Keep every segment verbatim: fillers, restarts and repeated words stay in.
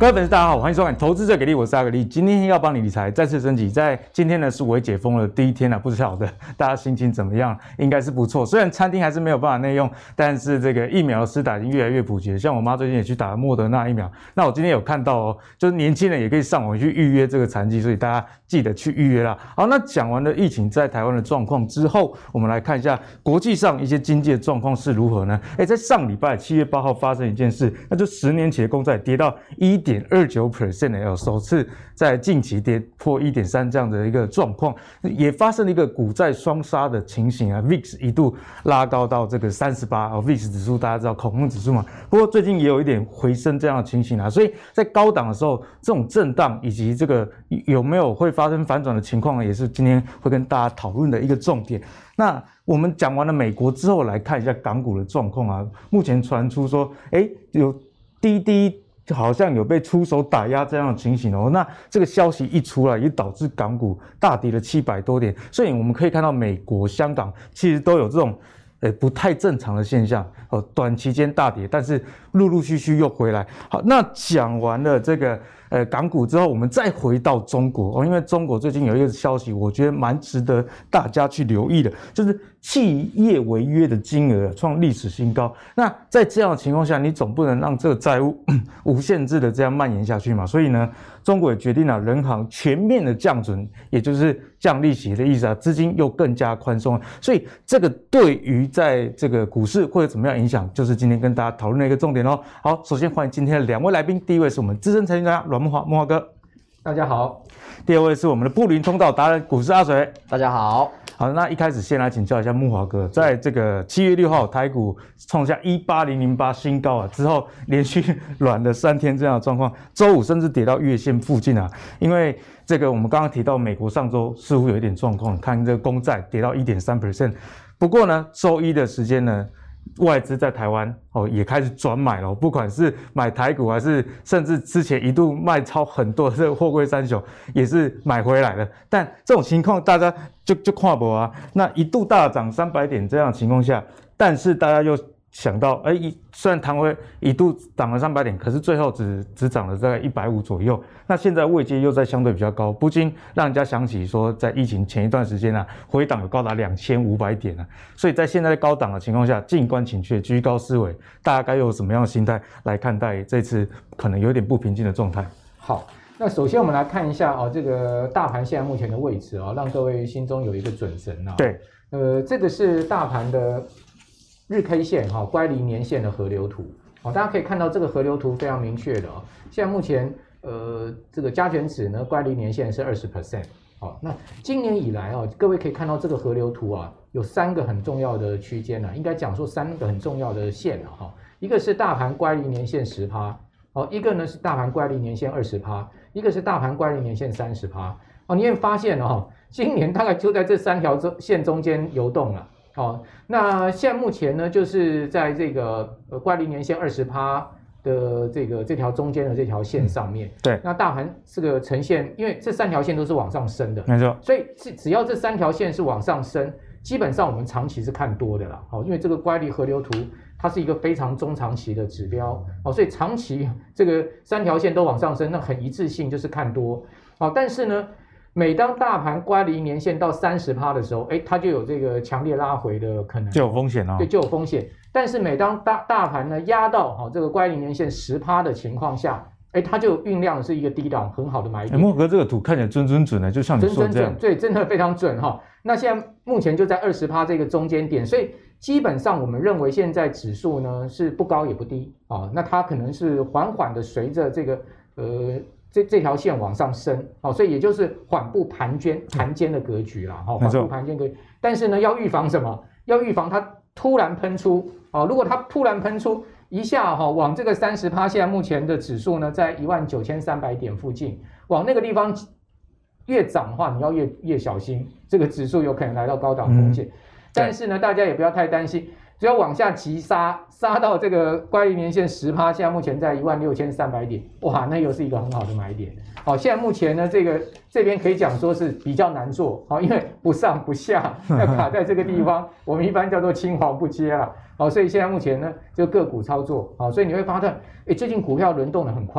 各位粉丝，大家好，欢迎收看《投资者给力》，我是阿格力。今天要帮你理财再次升级，在今天呢是微解封的第一天了，不晓得大家心情怎么样？应该是不错。虽然餐厅还是没有办法内用，但是这个疫苗施打已经越来越普及了。像我妈最近也去打了莫德纳疫苗。那我今天有看到哦，就是年轻人也可以上网去预约这个残剂，所以大家记得去预约啦。好，那讲完了疫情在台湾的状况之后，我们来看一下国际上一些经济的状况是如何呢？哎，在上礼拜七月八号发生一件事，那就十年期的公债跌到一点二九 percent 的，首次在近期跌破 一点三 这样的一个状况，也发生了一个股债双杀的情形啊 ，V I X 一度拉高到这个三十八，哦 ，V I X 指数大家知道恐慌指数嘛，不过最近也有一点回升这样的情形啊，所以在高档的时候，这种震荡以及这个有没有会发生反转的情况，也是今天会跟大家讨论的一个重点。那我们讲完了美国之后，来看一下港股的状况啊，目前传出说，哎，有滴滴好像有被出手打压这样的情形哦，那这个消息一出来，也导致港股大跌了七百多点，所以我们可以看到美国、香港其实都有这种呃不太正常的现象哦，短期间大跌，但是陆陆续续又回来。好，那讲完了这个呃港股之后，我们再回到中国哦，因为中国最近有一个消息，我觉得蛮值得大家去留意的，就是企业违约的金额创历史新高。那在这样的情况下，你总不能让这个债务无限制的这样蔓延下去嘛？所以呢，中国也决定了人行全面的降准，也就是降利息的意思啊，资金又更加宽松了。所以这个对于在这个股市会有怎么样影响，就是今天跟大家讨论的一个重点哦。好，首先欢迎今天的两位来宾，第一位是我们资深财经专家阮慕骅，慕骅哥， 大家好。 第二位是我们的布林通道达人股市阿水， 大家好。 好，那一开始先来请教一下慕骅哥，在这个七月六号台股创下一八零零八新高啊，之后连续软了三天这样的状况，周五甚至跌到月线附近啊，因为这个我们刚刚提到美国上周似乎有一点状况，看这个公债跌到 一点三 percent， 不过呢，周一的时间呢，外资在台湾哦也开始转买了，不管是买台股还是甚至之前一度卖超很多的这个货柜三雄也是买回来了，但这种情况大家就就看不啊，那一度大涨三百点这样的情况下，但是大家又想到，哎，虽然弹回一度涨了三百点，可是最后只只涨了大概一百五十左右。那现在位阶又在相对比较高，不禁让人家想起说，在疫情前一段时间啊，回档有高达两千五百点啊。所以在现在高档的情况下，静观情却，居高思维，大概又有什么样的心态来看待这次可能有点不平静的状态？ 好，那首先我们来看一下哦，这个大盘现在目前的位置哦，让各位心中有一个准绳啊。 对， 呃，这个是大盘的日 K 线哈、哦，乖离年线的河流图。好、哦，大家可以看到这个河流图非常明确的哦。现在目前呃这个加权指呢，乖离年线是 百分之二十。好，那今年以来哦，各位可以看到这个河流图啊，有三个很重要的区间啊，应该讲说三个很重要的线啊哈、哦。一个是大盘乖离年线 百分之十， 哦，一个呢是大盘乖离年线 百分之二十， 一个是大盘乖离年线 百分之三十。哦，你也发现哦，今年大概就在这三条线中间游动了。哦，那现在目前呢，就是在这个呃乖离年线 百分之二十 的这个这条中间的这条线上面。 嗯、对， 那大盘这个呈现，因为这三条线都是往上升的， 没错。 所以只只要这三条线是往上升，基本上我们长期是看多的啦。好、哦，因为这个乖离河流图它是一个非常中长期的指标，哦，所以长期这个三条线都往上升，那很一致性就是看多。好、哦，但是呢，每当大盘乖离年线到 百分之三十 的时候，哎，它就有这个强烈拉回的可能， 就有风险哦。 对，就有风险。但是每当大大盘呢压到哦这个乖离年线 百分之十 的情况下，哎，它就酝酿是一个低档很好的买点。 慕骅哥这个图看起来准准准的，就像你说的这样， 准准准，对，真的非常准哈、哦。那现在目前就在 百分之二十 这个中间点，所以基本上我们认为现在指数呢是不高也不低啊、哦，那它可能是缓缓的随着这个呃。这这条线往上升，哦，所以也就是缓步盘间盘间的格局啦，哈、哦，缓步盘间格局。但是呢，要预防什么？要预防它突然喷出，哦，如果它突然喷出一下，哈、哦，往这个 百分之三十， 现在目前的指数呢在一万九千三百点附近，往那个地方越涨的话，你要越越小心，这个指数有可能来到高档风险。嗯、但是呢，大家也不要太担心。只要往下急杀，杀到这个乖离年线 百分之十， 现在目前在一万六千三百点，哇，那又是一个很好的买点。好，现在目前呢，这个这边可以讲说是比较难做，好，因为不上不下，要卡在这个地方，我们一般叫做青黄不接啦。好，所以现在目前呢，就个股操作，好，所以你会发现，哎，最近股票轮动的很快。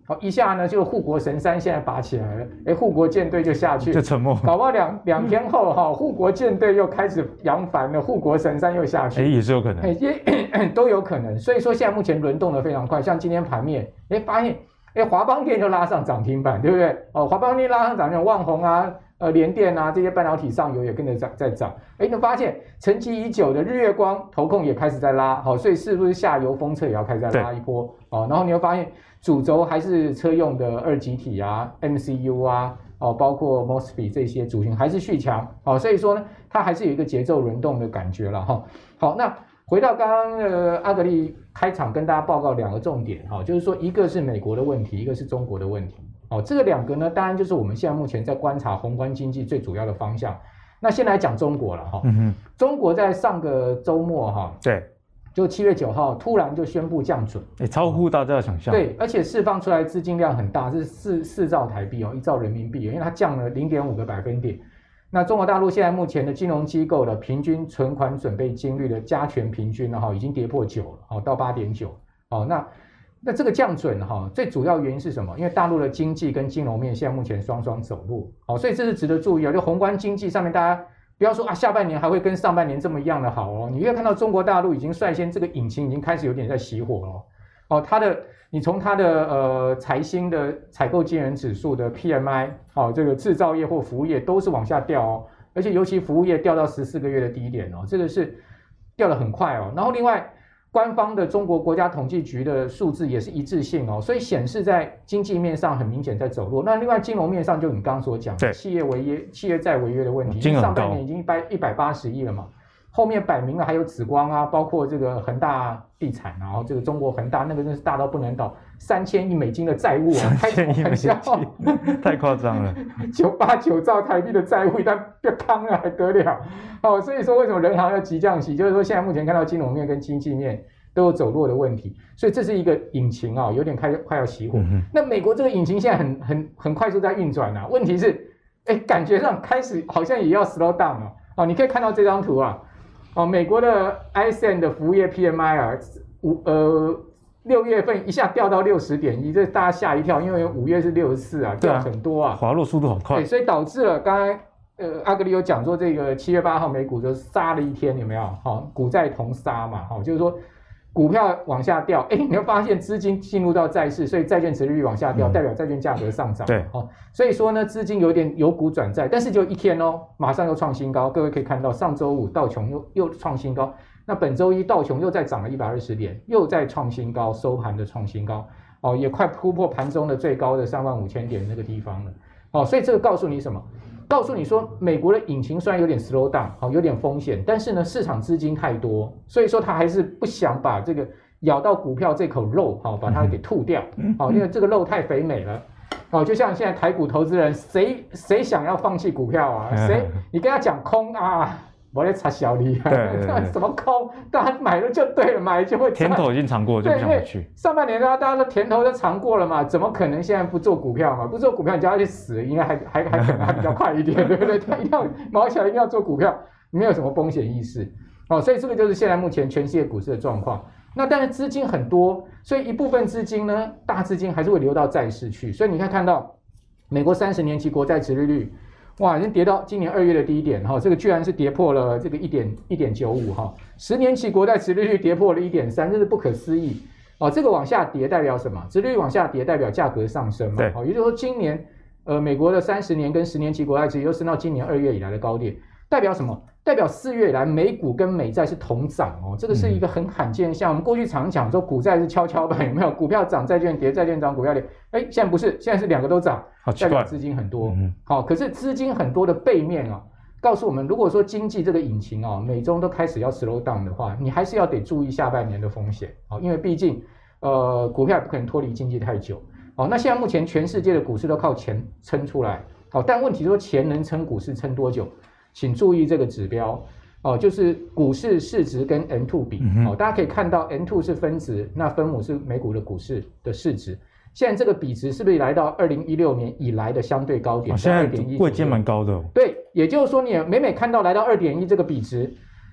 好，一下呢就护国神山现在拔起来了，哎，护国舰队就下去， 就沉没， 搞不好两两天后哈，护国舰队又开始扬帆了，护国神山又下去， 哎，也是有可能， 哎，也都有可能。所以说现在目前轮动的非常快，像今天盘面，哎，发现哎华邦电就拉上涨停板，对不对？哦，华邦电拉上涨停，旺宏啊。呃，联电啊，这些半导体上游也跟着在在涨，哎，你发现沉寂已久的日月光投控也开始在拉，好，所以是不是下游封测也要开始在拉一波？哦，然后你会发现主轴还是车用的二极体啊、M C U 啊，哦，包括 M O S F E T 这些族群还是续强，好，所以说呢，它还是有一个节奏轮动的感觉了哈。好，那回到刚刚呃阿格力开场跟大家报告两个重点哈，就是说一个是美国的问题，一个是中国的问题。哦，这个两个呢，当然就是我们现在目前在观察宏观经济最主要的方向。那先来讲中国了哈，嗯哼，中国在上个周末哈， 对， 就七月九号突然就宣布降准， 哎，超乎大家的想象。 对，而且释放出来资金量很大，是四四兆台币哦，一兆人民币，因为它降了零点五个百分点。那中国大陆现在目前的金融机构的平均存款准备金率的加权平均呢，哈，已经跌破九了，哦，到八点九，哦，那。那这个降准哈，最主要原因是什么？因为大陆的经济跟金融面现在目前双双走弱，好，所以这是值得注意啊。就宏观经济上面，大家不要说啊，下半年还会跟上半年这么一样的好哦。你越看到中国大陆已经率先这个引擎已经开始有点在熄火了，哦，它的你从它的呃财新的采购经理指数的 P M I， 好，这个制造业或服务业都是往下掉哦，而且尤其服务业掉到十四个月的低点哦，这个是掉得很快哦。然后另外。官方的中国国家统计局的数字也是一致性哦，所以显示在经济面上很明显在走弱。那另外金融面上，就你刚刚所讲，企业违约、企业债违约的问题，上半年已经一百一百八十亿了嘛，后面摆明了还有紫光啊，包括这个恒大地产，然后这个中国恒大那个真是大到不能倒，三千亿美金的债务啊，开什么玩笑？ 太夸张了， 九八九兆台币的债务，但要康了还得了？哦，所以说为什么人行要急降息？就是说现在目前看到金融面跟经济面都有走弱的问题，所以这是一个引擎啊、哦，有点开快要熄火。嗯、那美国这个引擎现在很很很快速在运转啊，问题是，哎，感觉上开始好像也要 slow down 了。哦，你可以看到这张图啊，哦，美国的 I S M 的服务业 P M I 啊，五呃六月份一下掉到六十点一，这大家吓一跳，因为五月是六十四啊，掉很多啊， 滑落速度好快， 对，所以导致了刚才。呃，阿格里有讲说，这个七月八号美股就杀了一天，有没有？好、哦，股债同杀嘛，好、哦，就是说股票往下掉，哎，你会发现资金进入到债市，所以债券殖利率往下掉，嗯、代表债券价格上涨。 对， 哦，所以说呢，资金有点由股转债，但是就一天哦，马上又创新高。各位可以看到，上周五道琼又又创新高，那本周一道琼又再涨了一百二十点，又再创新高，收盘的创新高，哦，也快突破盘中的最高的三万五千点那个地方了。哦，所以这个告诉你什么？告诉你说，美国的引擎虽然有点 slow down， 好，有点风险，但是呢，市场资金太多，所以说他还是不想把这个咬到股票这口肉，好，把它给吐掉，好，因为这个肉太肥美了，哦，就像现在台股投资人，谁谁想要放弃股票啊？谁你跟他讲空啊？我在查小李，什么空？大家买了就对了，买就会甜头已经尝过，就不想回去。 上半年大家大家都甜头都尝过了嘛，怎么可能现在不做股票嘛？不做股票，你叫他去死，应该还还还可能还比较快一点，对不对？他一定要毛起来，一定要做股票，没有什么风险意识哦。所以这个就是现在目前全世界股市的状况。那但是资金很多，所以一部分资金呢，大资金还是会流到债市去。所以你看看到美国三十年期国债殖利率。哇，已经跌到今年二月的低点哈，这个居然是跌破了这个一点一点九五哈，十年期国债殖利率跌破了一点三，这是不可思议哦。这个往下跌代表什么？殖利率往下跌代表价格上升嘛？对，哦，也就是说今年呃美国的三十年跟十年期国债殖利率又升到今年二月以来的高点，代表什么？代表四月以来美股跟美债是同涨哦，这个是一个很罕见现象。我们过去常讲说股债是跷跷板，有没有？股票涨，债券跌，债券涨，股票跌。哎，现在不是，现在是两个都涨，代表资金很多。嗯、好，可是资金很多的背面啊，告诉我们，如果说经济这个引擎啊，美中都开始要 slow down 的话，你还是要得注意下半年的风险啊，因为毕竟呃股票也不可能脱离经济太久。好，那现在目前全世界的股市都靠钱撑出来。好，但问题是说钱能撑股市撑多久？请注意这个指标哦，就是股市市值跟 N 二 比、嗯、哦，大家可以看到 N 二 是分值，那分母是美股的股市的市值。现在这个比值是不是来到二零一六年以来的相对高点？ 哦、现在位阶蛮高的、哦。 对，也就是说你每每看到来到二点一这个比值，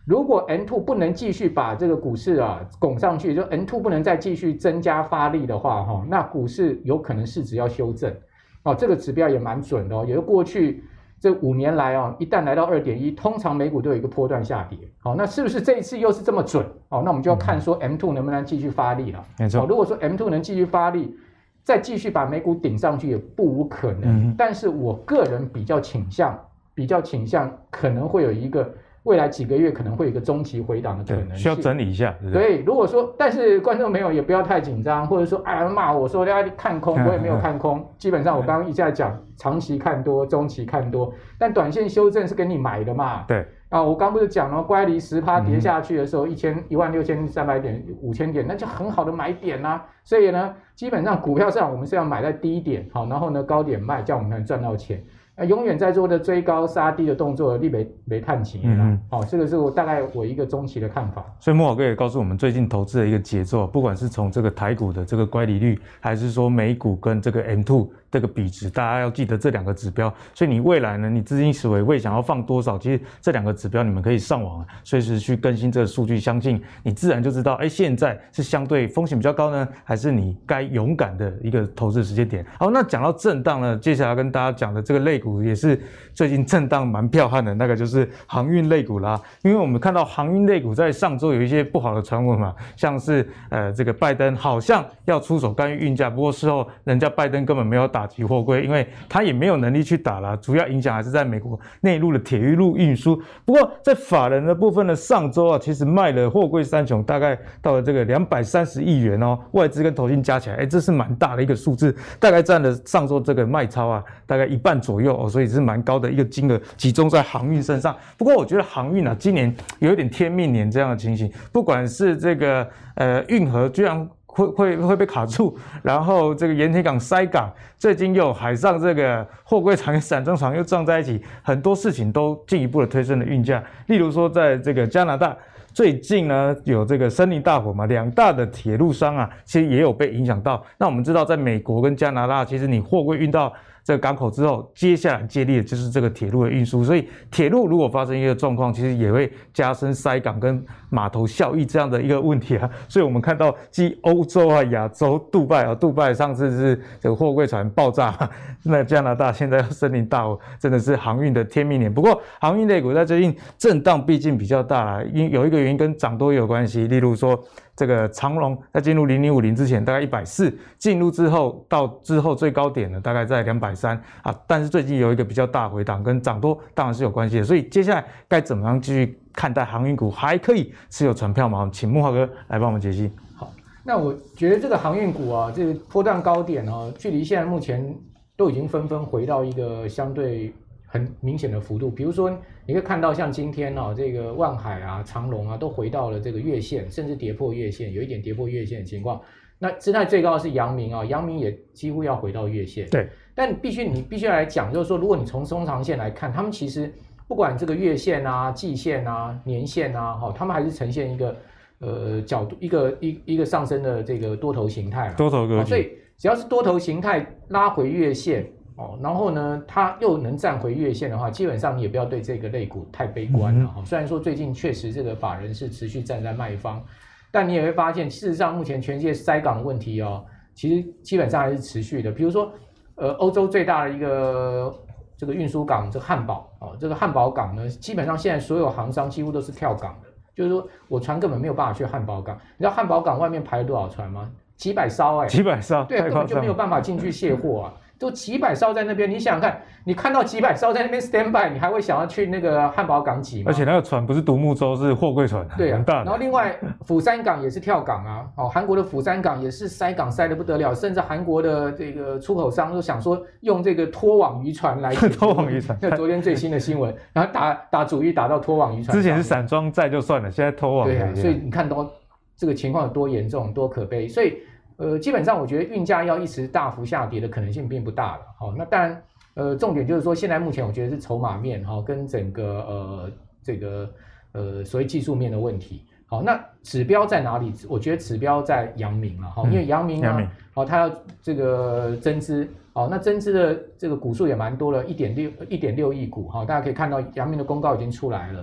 如果 M 二 不能继续把这个股市啊拱上去，就 M 二 不能再继续增加发力的话，哈，那股市有可能市值要修正。哦，这个指标也蛮准的哦，也就过去这五年来哦，一旦来到 二点一， 通常美股都有一个波段下跌。好，那是不是这一次又是这么准？哦，那我们就要看说 M 二 能不能继续发力了。 没错， 如果说 M 二 能继续发力，再继续把美股顶上去也不无可能。嗯、但是我个人比较倾向，比较倾向可能会有一个。未来几个月可能会有一个中期回档的可能性， 需要整理一下。对, 对，如果说，但是观众朋友也不要太紧张，或者说，哎呀骂我说大家看空，我也没有看空。基本上我刚刚一下讲，长期看多，中期看多，但短线修正是给你买的嘛。 对啊，我刚不是讲了，乖离十趴跌下去的时候，一千一万六千三百点、五千点，那就很好的买点啦、啊。所以呢，基本上股票市场我们是要买在低点，好，然后呢高点卖，这样我们才能赚到钱。啊、永远在做的追高杀低的动作，你没没探清啦。嗯、哦，这个是我大概我一个中期的看法。 所以慕骅哥也告诉我们，最近投资的一个节奏，不管是从这个台股的这个乖离率，还是说美股跟这个 M 二 这个比值，大家要记得这两个指标。所以你未来呢，你资金思维会想要放多少，其实这两个指标你们可以上网随时去更新这个数据，相信你自然就知道，哎，现在是相对风险比较高呢，还是你该勇敢的一个投资时间点。好，那讲到震荡呢，接下来要跟大家讲的这个类股也是最近震荡蛮彪悍的，那个就是航运类股啦。因为我们看到航运类股在上周有一些不好的传闻嘛，像是呃这个拜登好像要出手干预运价，不过事后人家拜登根本没有打击货柜，因为他也没有能力去打啦，主要影响还是在美国内陆的铁运路运输。不过在法人的部分呢，上周啊其实卖了货柜三雄，大概到了这个两百三十亿元哦，外资跟投信加起来，哎，这是蛮大的一个数字，大概占了上周这个卖超啊大概一半左右哦，所以是蛮高的一个金额集中在航运身上。不过我觉得航运啊今年有一点天命年这样的情形，不管是这个呃运河居然会会会被卡住，然后这个盐田港塞港，最近又有海上这个货柜船跟散装船又撞在一起，很多事情都进一步的推升了运价。例如说，在这个加拿大最近呢有这个森林大火嘛，两大的铁路商啊，其实也有被影响到。那我们知道，在美国跟加拿大，其实你货柜运到这个港口之后，接下来接力的就是这个铁路的运输，所以铁路如果发生一个状况，其实也会加深塞港跟码头效益这样的一个问题啊。所以我们看到，继欧洲啊、亚洲、杜拜啊，杜拜上次是这个货柜船爆炸嘛，那加拿大现在森林大火，真的是航运的天命年。不过航运类股在最近震荡毕竟比较大啦，因有一个原因跟涨多有关系，例如说。这个长荣在进入零零五零之前大概一百四，进入之后到之后最高点呢大概在两百三啊，但是最近有一个比较大回档，跟涨多当然是有关系的，所以接下来该怎么样继续看待航运股，还可以持有船票吗？请慕骅哥来帮我们解析。 好，那我觉得这个航运股啊，这个波段高点哦，距离现在目前都已经纷纷回到一个相对很明显的幅度，比如说你可以看到像今天哦，这个万海啊、长荣啊都回到了这个月线，甚至跌破月线，有一点跌破月线的情况。那姿态最高的是阳明啊，阳明也几乎要回到月线。 对， 但必须你必须来讲，就是说，如果你从中长线来看，他们其实不管这个月线啊、季线啊、年线啊，哈、哦，他们还是呈现一个呃角度一个一一个上升的这个多头形态、啊， 多头格局、哦。 所以只要是多头形态拉回月线。哦，然后呢，它又能站回月线的话，基本上你也不要对这个类股太悲观了哈、嗯。虽然说最近确实这个法人是持续站在卖方，但你也会发现，事实上目前全世界塞港的问题哦，其实基本上还是持续的。比如说，呃，欧洲最大的一个这个运输港，这个汉堡哦，这个汉堡港呢，基本上现在所有航商几乎都是跳港的，就是说我船根本没有办法去汉堡港。你知道汉堡港外面排了多少船吗？几百艘哎、欸， 几百艘， 对，根本就没有办法进去卸货啊。都几百艘在那边，你想想看，你看到几百艘在那边 stand by， 你还会想要去那个汉堡港挤吗？ 而且那个船不是独木舟，是货柜船， 对啊， 很大的。 然后另外釜山港也是跳港啊，哦，韩国的釜山港也是塞港塞得不得了，甚至韩国的这个出口商都想说用这个拖网渔船来拖网渔船， 那昨天最新的新闻，然后打打主意打到拖网渔船， 之前是散装载就算了，现在拖网。 对啊，所以你看到这个情况有多严重、多可悲，所以。呃，基本上我觉得运价要一直大幅下跌的可能性并不大了。好、哦，那当然，呃，重点就是说，现在目前我觉得是筹码面哈、哦，跟整个呃这个呃所谓技术面的问题。好，那指标在哪里？我觉得指标在阳明了哈、哦，因为阳明呢，好、哦，它要这个增资，好、哦，那增资的这个股数也蛮多了，一点六一点六亿股哈、哦，大家可以看到阳明的公告已经出来了。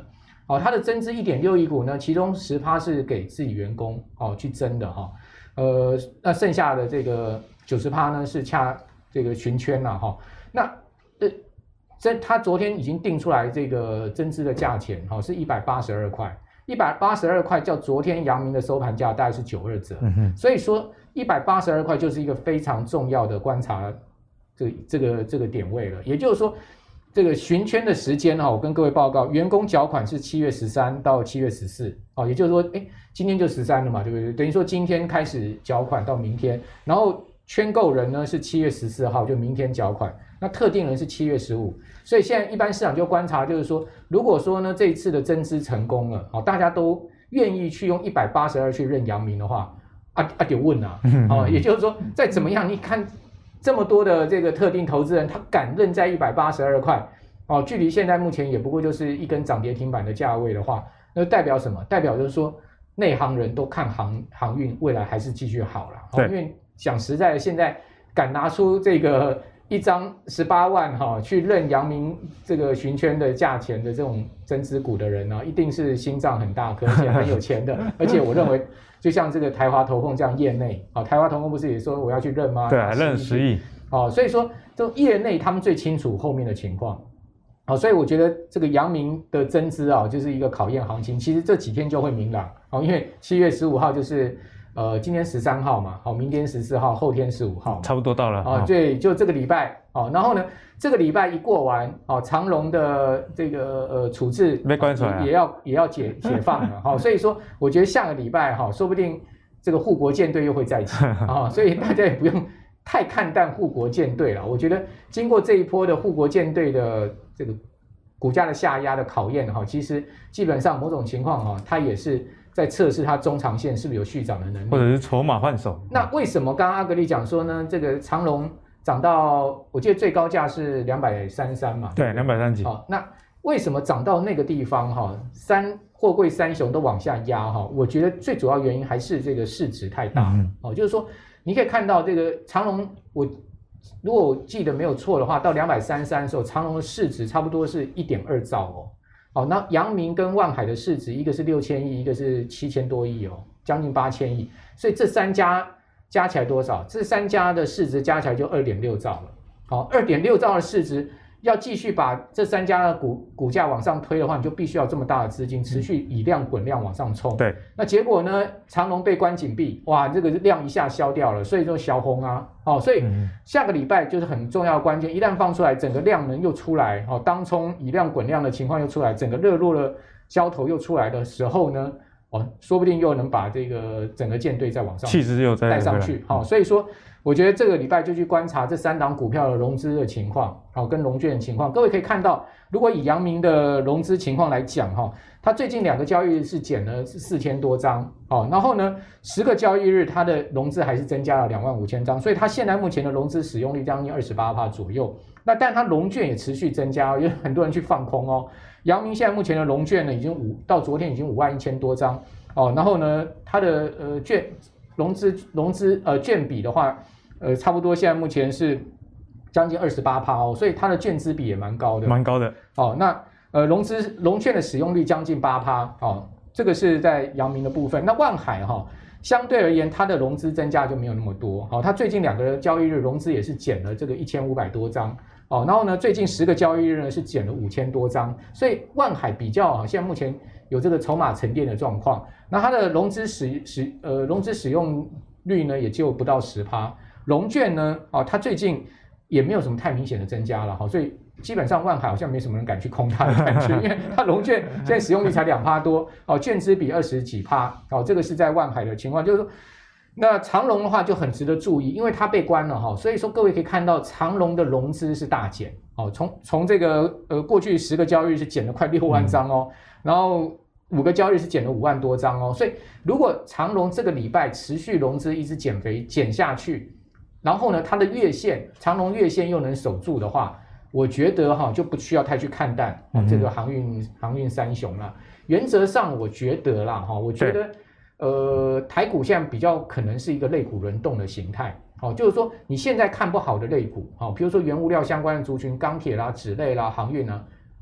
哦，它的增资 一点六亿股呢，其中 百分之十 是给自己员工哦去增的哈、哦，呃，那剩下的这个 百分之九十 呢是恰这个群圈了哈、哦，那呃，这他昨天已经定出来这个增资的价钱哈、哦、是一百八十二块，一百八十二块较昨天阳明的收盘价大概是九二折，嗯、所以说一百八十二块就是一个非常重要的观察这个这个这个点位了，也就是说。这个循圈的时间哈，我跟各位报告，员工缴款是七月十三到七月十四，哦，也就是说，哎，今天就十三了嘛，对不对？等于说今天开始缴款到明天，然后圈购人呢是七月十四号，就明天缴款，那特定人是七月十五，所以现在一般市场就观察，就是说，如果说呢这一次的增资成功了，哦，大家都愿意去用一百八十二去认阳明的话，啊啊就问啊，哦，也就是说，再怎么样，你看。这么多的这个特定投资人，他敢认在一百八十二块，哦，距离现在目前也不过就是一根涨跌停板的价位的话，那代表什么？代表就是说内行人都看航航运未来还是继续好了，哦，因为讲实在的，现在敢拿出这个一张十八万哈、哦、去认阳明这个循圈的价钱的这种增资股的人呢、啊，一定是心脏很大颗，而且很有钱的，而且我认为。就像这个台华投控这样业内啊，台华投控不是也说我要去认吗？ 对啊，认十亿。 哦，所以说这业内他们最清楚后面的情况。好、哦，所以我觉得这个阳明的增资啊，就是一个考验行情。其实这几天就会明朗哦，因为七月十五号就是呃今天十三号嘛，好、哦，明天十四号，后天十五号， 差不多到了。 哦，对，就这个礼拜哦，然后呢，这个礼拜一过完，哦，长荣的这个呃处置被关出来、啊也，也要也要解解放了，好、哦，所以说我觉得下个礼拜哈、哦，说不定这个护国舰队又会再起啊、哦，所以大家也不用太看淡护国舰队了。我觉得经过这一波的护国舰队的这个股价的下压的考验哈、哦，其实基本上某种情况哈、哦，它也是。在测试它中长线是不是有续涨的能力， 或者是筹码换手。 那为什么刚刚阿格力讲说呢？这个长荣涨到，我记得最高价是两百三十三嘛？ 对，两百三十几。 好，那为什么涨到那个地方哈？三货柜三雄都往下压哈？我觉得最主要原因还是这个市值太大、嗯、哦，就是说你可以看到这个长荣，我如果我记得没有错的话，到两百三十三的时候，长荣的市值差不多是一点二兆哦。好，那阳明跟万海的市值，一个是六千亿，一个是七千多亿哦，将近八千亿，所以这三家加起来多少？这三家的市值加起来就二点六兆了。好，二点六兆的市值，要继续把这三家的股股价往上推的话，你就必须要这么大的资金持续以量滚量往上冲。 对， 那结果呢？长荣被关紧闭，哇，这个量一下消掉了，所以就小红啊，哦，所以下个礼拜就是很重要的关键，一旦放出来，整个量能又出来，哦，当冲以量滚量的情况又出来，整个热络的交投又出来的时候呢，哦，说不定又能把这个整个舰队再往上气势又再带上去，好、哦，所以说。我觉得这个礼拜就去观察这三档股票的融资的情况，好，跟融券的情况。各位可以看到，如果以阳明的融资情况来讲，哈，它最近两个交易日是减了四千多张，好，然后呢，十个交易日它的融资还是增加了两万五千张，所以它现在目前的融资使用率将近二十八趴左右。那但它融券也持续增加，有很多人去放空哦。阳明现在目前的融券呢，已经五到昨天已经五万一千多张，哦，然后呢，它的呃券融资融资呃券比的话。呃，差不多现在目前是将近二十八趴哦，所以它的券资比也蛮高的， 蛮高的哦。那呃融资融券的使用率将近八趴哦，这个是在阳明的部分。那万海哈、哦，相对而言它的融资增加就没有那么多，好、哦，它最近两个交易日融资也是减了这个一千五百多张哦，然后呢，最近十个交易日呢是减了五千多张，所以万海比较啊，现在目前有这个筹码沉淀的状况，那它的融资使使呃融资使用率呢也就不到十趴。融券呢，哦，它最近也没有什么太明显的增加了哈，所以基本上万海好像没什么人敢去空它的感觉，因为它融券现在使用率才两趴多，哦，券资比二十几趴，哦，这个是在万海的情况，就是说，那长荣的话就很值得注意，因为它被关了哈，所以说各位可以看到长荣的融资是大减，哦，从从这个呃过去十个交易日是减了快六万张哦，嗯、然后。五个交易日是减了五万多张哦，所以如果长荣这个礼拜持续融资一直减肥减下去，然后呢，它的月线长荣月线又能守住的话，我觉得哈就不需要太去看淡、哦、这个航运航运三雄了。原则上我觉得啦哈，我觉得呃台股现在比较可能是一个类股轮动的形态。哦，就是说你现在看不好的类股，哦，比如说原物料相关的族群，钢铁啦、纸类啦、航运啊，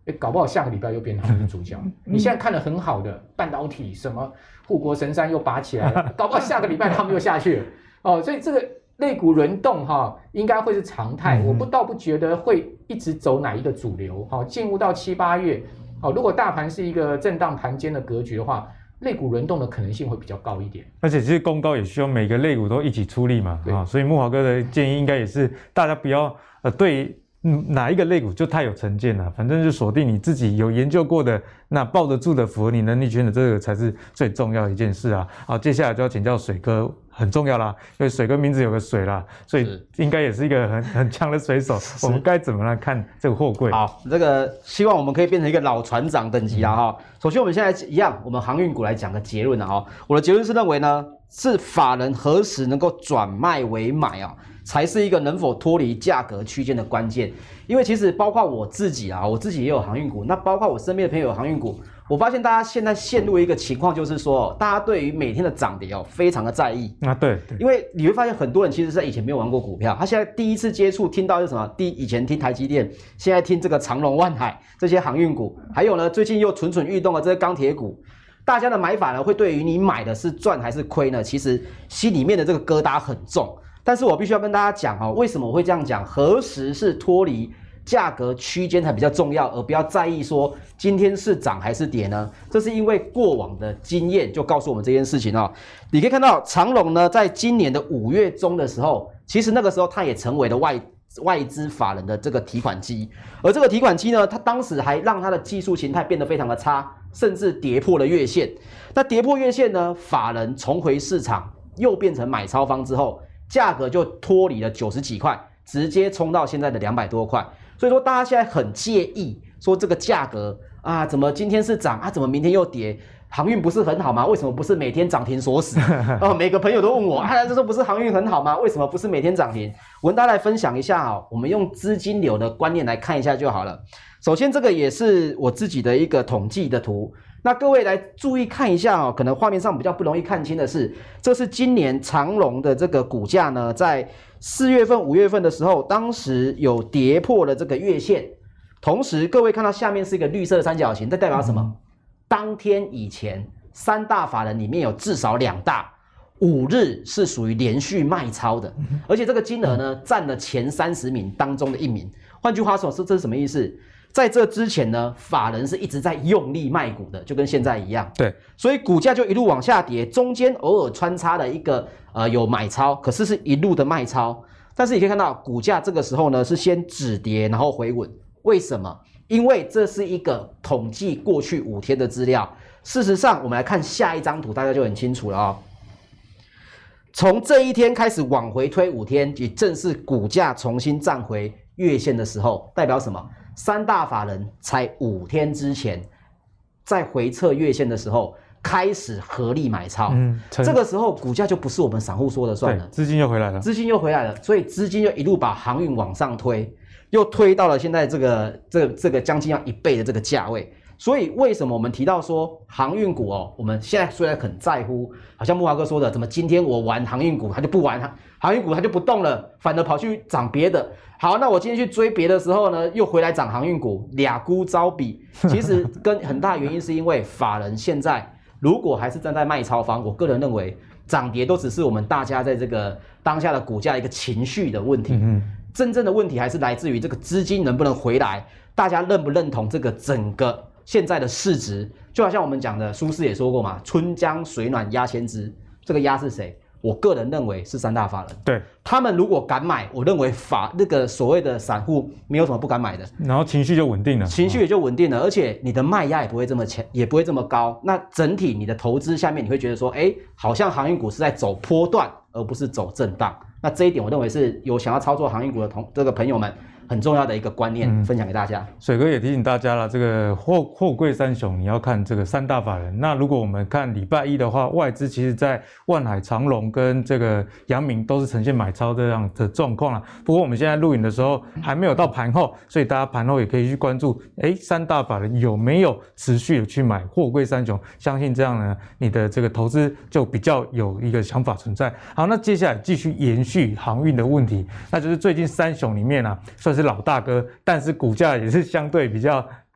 哎，搞不好下个礼拜又变成他们的主角。你现在看得很好的半导体，什么护国神山又拔起来了，搞不好下个礼拜他们又下去了。哦，所以这个类股轮动哈，应该会是常态。我不倒不觉得会一直走哪一个主流。好，进入到七八月，哦，如果大盘是一个震荡盘间的格局的话，类股轮动的可能性会比较高一点。 而且其实攻高也需要每个类股都一起出力嘛，啊，所以慕骅哥的建议应该也是大家不要呃对。嗯，哪一个类股就太有成见了，反正就锁定你自己有研究过的，那抱得住的、符合你能力圈的，这个才是最重要的一件事啊。好，接下来就要请教水哥，很重要啦，因为水哥名字有个水啦，所以应该也是一个很很强的水手。我们该怎么来看这个货柜？ 好，这个希望我们可以变成一个老船长等级啦哈。首先，我们现在一样，我们航运股来讲个结论啊哈。我的结论是认为呢，是法人何时能够转卖为买啊？才是一个能否脱离价格区间的关键，因为其实包括我自己啊，我自己也有航运股，那包括我身边的朋友有航运股，我发现大家现在陷入一个情况，就是说，大家对于每天的涨跌哦，非常的在意啊，对，对， 因为你会发现很多人其实在以前没有玩过股票，他现在第一次接触，听到是什么？第以前听台积电，现在听这个长荣、万海这些航运股，还有呢，最近又蠢蠢欲动的这些钢铁股。大家的买法呢，会对于你买的是赚还是亏呢？其实心里面的这个疙瘩很重。但是我必须要跟大家讲哦，为什么我会这样讲？何时是脱离价格区间才比较重要，而不要在意说今天是涨还是跌呢？这是因为过往的经验就告诉我们这件事情哦。你可以看到长荣呢，在今年的五月中的时候，其实那个时候它也成为了外外资法人的这个提款机，而这个提款机呢，它当时还让它的技术形态变得非常的差，甚至跌破了月线。那跌破月线呢，法人重回市场，又变成买超方之后。价格就脱离了九十几块，直接冲到现在的两百多块。所以说大家现在很介意说这个价格啊，怎么今天是涨啊，怎么明天又跌？航运不是很好吗？为什么不是每天涨停锁死？哦，每个朋友都问我啊，这说不是航运很好吗？为什么不是每天涨停？我跟大家来分享一下啊，我们用资金流的观念来看一下就好了。首先，这个也是我自己的一个统计的图。那各位来注意看一下哦，可能画面上比较不容易看清的是，这是今年长荣的这个股价呢，在四月份、五月份的时候，当时有跌破了这个月线。同时，各位看到下面是一个绿色的三角形，这代表什么？嗯、当天以前，三大法人里面有至少两大五日是属于连续卖超的，而且这个金额呢，占了前三十名当中的一名。换句话说，这是什么意思？在这之前呢，法人是一直在用力卖股的，就跟现在一样。 对， 所以股价就一路往下跌，中间偶尔穿插了一个呃有买超，可是是一路的卖超。但是你可以看到，股价这个时候呢是先止跌，然后回稳。为什么？因为这是一个统计过去五天的资料。事实上，我们来看下一张图，大家就很清楚了哦。从这一天开始往回推五天，也正是股价重新站回月线的时候，代表什么？三大法人才五天之前，在回测月线的时候开始合力买超，嗯，这个时候股价就不是我们散户说了算了， 资金又回来了， 资金又回来了，所以资金又一路把航运往上推，又推到了现在这个这个这个将近要一倍的这个价位。所以为什么我们提到说航运股哦，我们现在虽然很在乎，好像慕骅哥说的，怎么今天我玩航运股，他就不玩航运股，他就不动了，反而跑去涨别的。好，那我今天去追别的时候呢，又回来涨航运股，俩股招比。其实跟很大原因是因为法人现在如果还是站在卖超方，我个人认为涨跌都只是我们大家在这个当下的股价一个情绪的问题。嗯，真正的问题还是来自于这个资金能不能回来，大家认不认同这个整个现在的市值。就好像我们讲的，苏轼也说过嘛，春江水暖鸭先知。这个鸭是谁？我个人认为是三大法人。 对， 他们如果敢买，我认为法那个所谓的散户没有什么不敢买的， 然后情绪就稳定了， 情绪也就稳定了，而且你的卖压也不会这么强，也不会这么高。那整体你的投资下面，你会觉得说，哎，好像航运股是在走波段，而不是走震荡。那这一点，我认为是有想要操作航运股的同这个朋友们很重要的一个观念，嗯、分享给大家。 水哥也提醒大家了，这个货货柜三雄你要看这个三大法人。那如果我们看礼拜一的话，外资其实在万海、长荣跟这个阳明都是呈现买超这样的状况了。不过我们现在录影的时候还没有到盘后，所以大家盘后也可以去关注，哎，三大法人有没有持续的去买货柜三雄？相信这样呢，你的这个投资就比较有一个想法存在。好，那接下来继续延续航运的问题，那就是最近三雄里面啊，算是老大哥，但是股价也是相对比较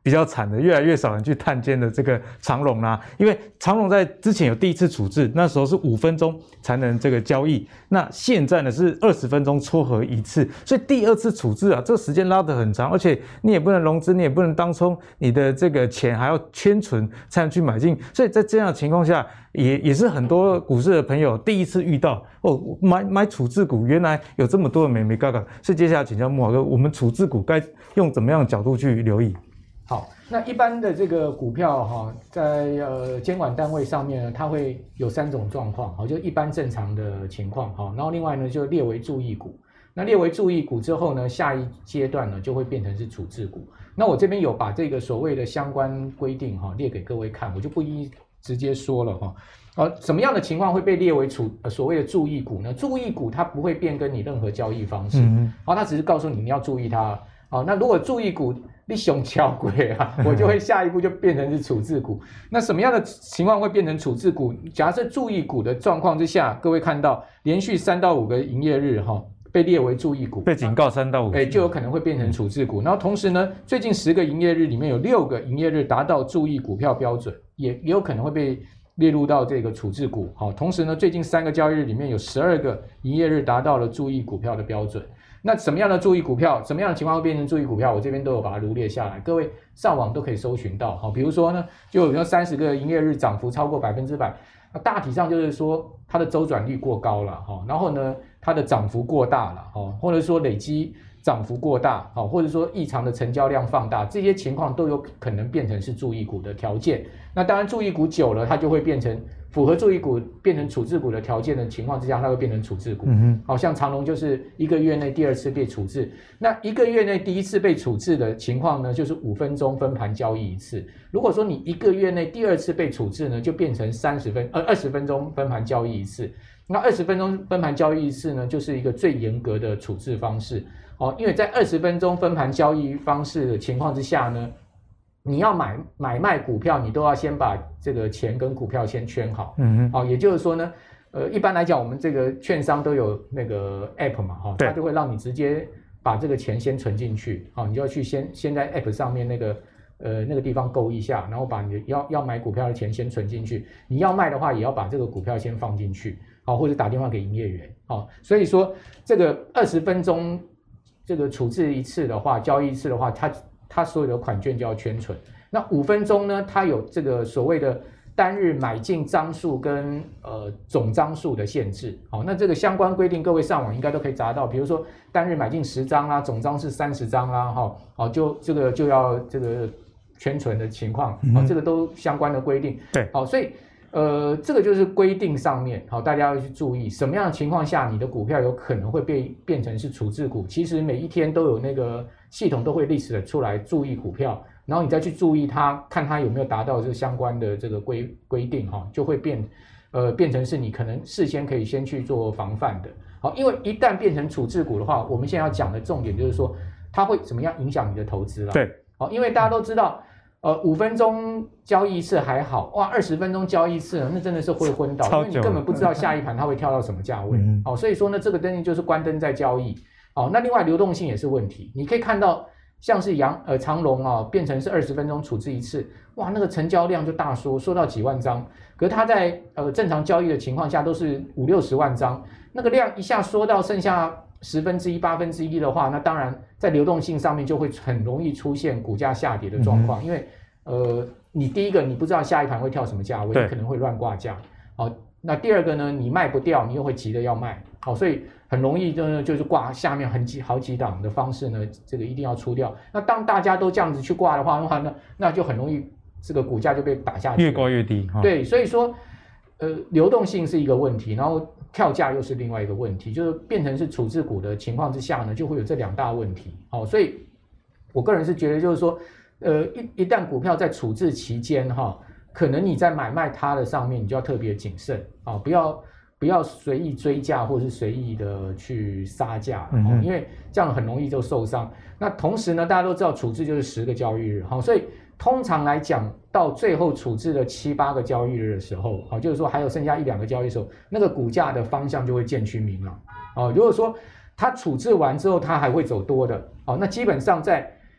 比较惨的，越来越少人去探监的这个长荣啦、啊，因为长荣在之前有第一次处置，那时候是五分钟才能这个交易，那现在呢是二十分钟撮合一次，所以第二次处置啊，这个时间拉得很长，而且你也不能融资，你也不能当冲，你的这个钱还要圈存才能去买进，所以在这样的情况下，也也是很多股市的朋友第一次遇到哦，买买处置股，原来有这么多的眉眉角角，所以接下来请教慕骅哥，我们处置股该用怎么样的角度去留意？ 好，那一般的这个股票哈，在呃监管单位上面呢，它会有三种状况，好，就一般正常的情况哈，然后另外呢就列为注意股，那列为注意股之后呢，下一阶段呢就会变成是处置股。那我这边有把这个所谓的相关规定哈列给各位看，我就不一一直接说了哈。呃，什么样的情况会被列为处、呃、所谓的注意股呢？注意股它不会变更你任何交易方式，嗯，好，它只是告诉你你要注意它。好，那如果注意股你熊敲鬼啊，我就会下一步就变成是处置股。那什么样的情况会变成处置股？假设注意股的状况之下，各位看到连续三到五个营业日哈被列为注意股， 被警告三到五， 哎，就有可能会变成处置股。然后同时呢，最近十个营业日里面有六个营业日达到注意股票标准，也也有可能会被列入到这个处置股。好，同时呢，最近三个交易日里面有十二个营业日达到了注意股票的标准。那什么样的注意股票，什么样的情况会变成注意股票？我这边都有把它罗列下来，各位上网都可以搜寻到。好，比如说呢，就比如说三十个营业日涨幅超过百分之百，大体上就是说它的周转率过高了哈，然后呢，它的涨幅过大了哈，或者说累积涨幅过大，好，或者说异常的成交量放大，这些情况都有可能变成是注意股的条件。那当然，注意股久了，它就会变成符合注意股变成处置股的条件的情况之下，它会变成处置股。嗯，好像长荣就是一个月内第二次被处置，那一个月内第一次被处置的情况呢，就是五分钟分盘交易一次。如果说你一个月内第二次被处置呢，就变成三十分呃二十分钟分盘交易一次。那二十分钟分盘交易一次呢，就是一个最严格的处置方式。哦，因为在二十分钟分盘交易方式的情况之下呢，你要买买卖股票，你都要先把这个钱跟股票先圈好。嗯哼，哦，也就是说呢，呃，一般来讲，我们这个券商都有那个 app 嘛，哈、哦，它就会让你直接把这个钱先存进去。好、哦，你就要去先先在 app 上面那个呃那个地方勾一下，然后把你要要买股票的钱先存进去。你要卖的话，也要把这个股票先放进去。好，或者打电话给营业员。好，所以说这个二十分钟。这个处置一次的话，交易一次的话，它它所有的款券就要圈存。那五分钟呢，它有这个所谓的单日买进张数跟呃总张数的限制。好，那这个相关规定，各位上网应该都可以查到。比如说单日买进十张啦，总张是三十张啦，哈，好，就这个就要这个圈存的情况，好，这个都相关的规定。 对， 好，所以。呃，这个就是规定上面，好，大家要去注意，什么样的情况下你的股票有可能会被变成是处置股？其实每一天都有那个系统都会历史的出来注意股票，然后你再去注意它，看它有没有达到这相关的这个规规定，哈，就会变，呃，变成是你可能事先可以先去做防范的。好，因为一旦变成处置股的话，我们现在要讲的重点就是说，它会怎么样影响你的投资啦？ 对， 好，因为大家都知道。呃，五分钟交易一次还好，哇，二十分钟交易一次，那真的是会昏倒，因为你根本不知道下一盘它会跳到什么价位。嗯、哦，所以说呢，这个东西就是关灯在交易。哦，那另外流动性也是问题，你可以看到像是阳呃长荣啊，变成是二十分钟处置一次，哇，那个成交量就大缩，缩到几万张。可是它在呃正常交易的情况下都是五六十万张，那个量一下缩到剩下十分之一、八分之一的话，那当然在流动性上面就会很容易出现股价下跌的状况，嗯、因为呃，你第一个你不知道下一盘会跳什么价位，你可能会乱挂价。好，那第二个呢，你卖不掉，你又会急着要卖，好，所以很容易就就是挂下面很几好几档的方式呢，这个一定要出掉。那当大家都这样子去挂的话，那那那就很容易这个股价就被打下去， 越挂越低。哦、 对，所以说呃，流动性是一个问题，然后跳价又是另外一个问题，就是变成是处置股的情况之下呢，就会有这两大问题。好，所以我个人是觉得就是说。呃，一一旦股票在处置期间哈，可能你在买卖它的上面，你就要特别谨慎啊，不要不要随意追价或是随意的去杀价，嗯、因为这样很容易就受伤。那同时呢，大家都知道处置就是十个交易日，好，所以通常来讲，到最后处置的七八个交易日的时候，好，就是说还有剩下一两个交易的时候，那个股价的方向就会渐趋明朗。哦，如果说它处置完之后，它还会走多的，哦，那基本上在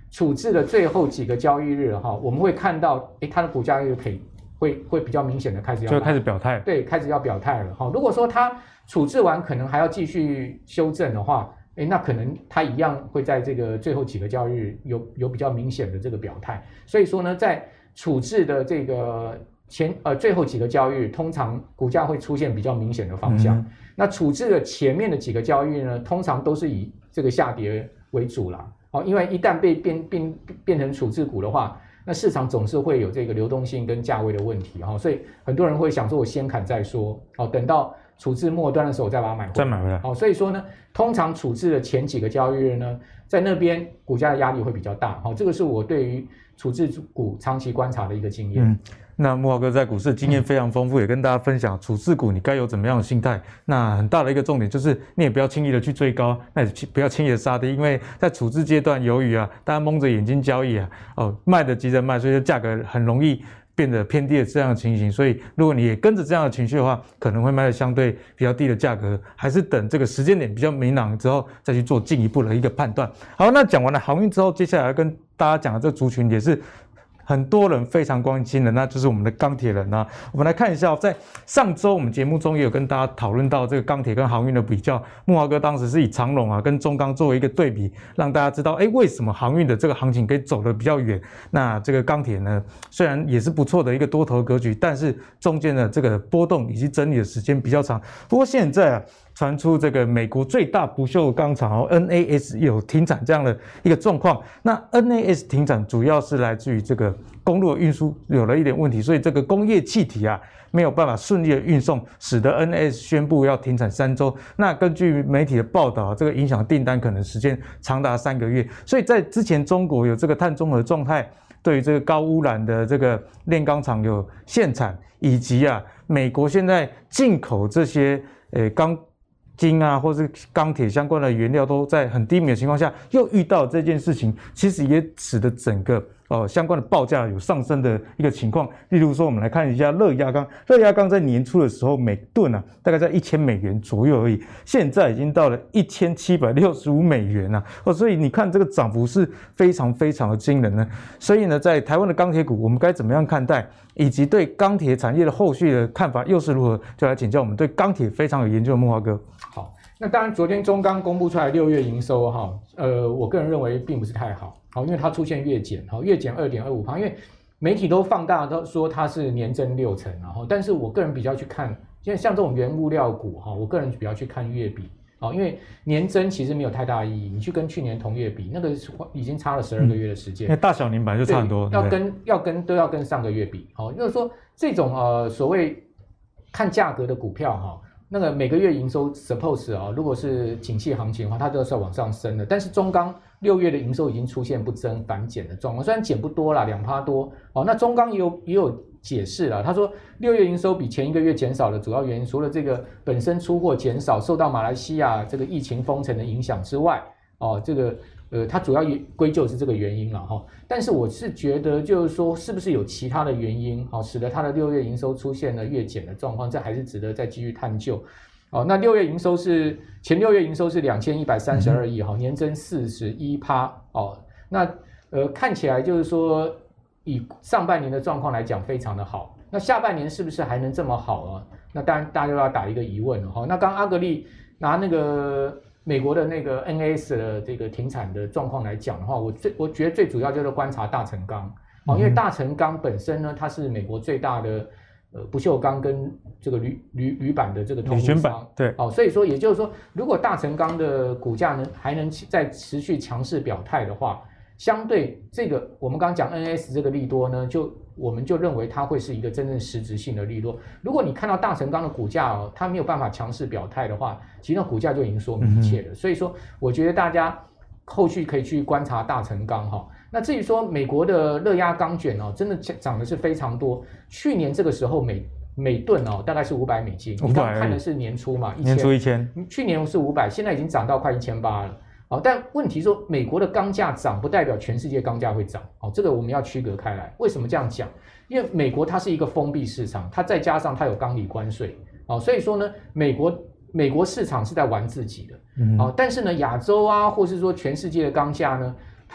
处置的最后几个交易日哈，我们会看到，哎，它的股价又可以会会比较明显的开始要就开始表态， 对，开始要表态了哈。如果说它处置完可能还要继续修正的话，哎，那可能它一样会在这个最后几个交易日有有比较明显的这个表态。所以说呢，在处置的这个前呃最后几个交易日，通常股价会出现比较明显的方向。嗯、那处置的前面的几个交易日呢，通常都是以这个下跌为主啦。哦，因为一旦被变变变成处置股的话，那市场总是会有这个流动性跟价位的问题哈、哦，所以很多人会想说，我先砍再说，哦，等到处置末端的时候我再把它买回来， 再买回来。 哦，所以说呢，通常处置的前几个交易日呢，在那边股价的压力会比较大。好、哦，这个是我对于处置股长期观察的一个经验。 嗯，那慕骅哥在股市的经验非常丰富，嗯、也跟大家分享处置股你该有怎么样的心态。那很大的一个重点就是你也不要轻易的去追高，那也不要轻易的杀低，因为在处置阶段，由于啊大家蒙着眼睛交易啊，哦卖的急着卖，所以价格很容易变得偏低的这样的情形。所以如果你也跟着这样的情绪的话，可能会卖的相对比较低的价格，还是等这个时间点比较明朗之后再去做进一步的一个判断。好，那讲完了航运之后，接下来跟大家讲的这个族群也是很多人非常关心的，那就是我们的钢铁人啊。我们来看一下，在上周我们节目中也有跟大家讨论到这个钢铁跟航运的比较。慕骅哥当时是以长荣啊跟中钢作为一个对比，让大家知道，哎，为什么航运的这个行情可以走得比较远？那这个钢铁呢，虽然也是不错的一个多头格局，但是中间的这个波动以及整理的时间比较长。不过现在啊，传出这个美国最大不锈钢厂哦 N A S 有停产这样的一个状况。那 N A S 停产主要是来自于这个公路的运输有了一点问题，所以这个工业气体啊没有办法顺利的运送，使得 N A S 宣布要停产三周。那根据媒体的报道，这个影响订单可能时间长达三个月。所以在之前中国有这个碳中和状态，对于这个高污染的这个炼钢厂有限产，以及啊美国现在进口这些呃钢金啊，或是钢铁相关的原料都在很低迷的情况下，又遇到这件事情，其实也使得整个呃相关的报价有上升的一个情况。例如说，我们来看一下热轧钢，热轧钢在年初的时候每吨啊大概在一千美元左右而已，现在已经到了一千七百六十五美元啊，哦，所以你看这个涨幅是非常非常的惊人呢。所以呢，在台湾的钢铁股，我们该怎么样看待，以及对钢铁产业的后续的看法又是如何？就来请教我们对钢铁非常有研究的慕骅哥。 好，那当然，昨天中钢公布出来六月营收哈，呃，我个人认为并不是太好，好，因为它出现月减，好，月减 二点二五%，因为媒体都放大都说它是年增六成，然后，但是我个人比较去看，现在像这种原物料股哈，我个人比较去看月比，好，因为年增其实没有太大意义，你去跟去年同月比，那个已经差了十二个月的时间， 因为大小年本来就差很多， 要跟要跟都要跟上个月比，好，就是说这种呃所谓看价格的股票哈。那个每个月营收 suppose 啊，如果是景气行情的话，它都是要往上升的。但是中钢六月的营收已经出现不增反减的状况，虽然减不多啦，两趴多哦。那中钢也有也有解释了，他说六月营收比前一个月减少的主要原因，除了这个本身出货减少，受到马来西亚这个疫情封城的影响之外，哦，这个。呃，它主要归咎是这个原因了哈，但是我是觉得就是说，是不是有其他的原因，好，使得它的六月营收出现了月减的状况，这还是值得再继续探究。哦，那六月营收是前六月营收是两千一百三十二亿哈，年增四十一趴哦，那呃看起来就是说以上半年的状况来讲非常的好，那下半年是不是还能这么好啊？那当然大家都要打一个疑问了哈。那刚刚阿格力拿那个。美国的那个 N A S 的这个停产的状况来讲的话，我最我觉得最主要就是观察大成钢，哦，因为大成钢本身呢，它是美国最大的呃不锈钢跟这个铝铝铝板的这个通路商， 对， 哦，所以说也就是说，如果大成钢的股价呢还能再持续强势表态的话，相对这个我们刚刚讲 N A S 这个利多呢，就我们就认为它会是一个真正实质性的利多。如果你看到大成钢的股价哦，它没有办法强势表态的话，其实那股价就已经说明一切了。嗯、所以说，我觉得大家后续可以去观察大成钢哈。那至于说美国的热轧钢卷哦，真的涨的是非常多。去年这个时候每每吨哦大概是五百美金，你刚看的是年初嘛， 年初一千， 去年是五百，现在已经涨到快一千八了。哦，但问题说，美国的钢价涨不代表全世界钢价会涨，哦，这个我们要区隔开来。为什么这样讲？因为美国它是一个封闭市场，它再加上它有钢铝关税，哦，所以说呢，美国美国市场是在玩自己的，嗯，哦，但是呢，亚洲啊，或是说全世界的钢价呢，它的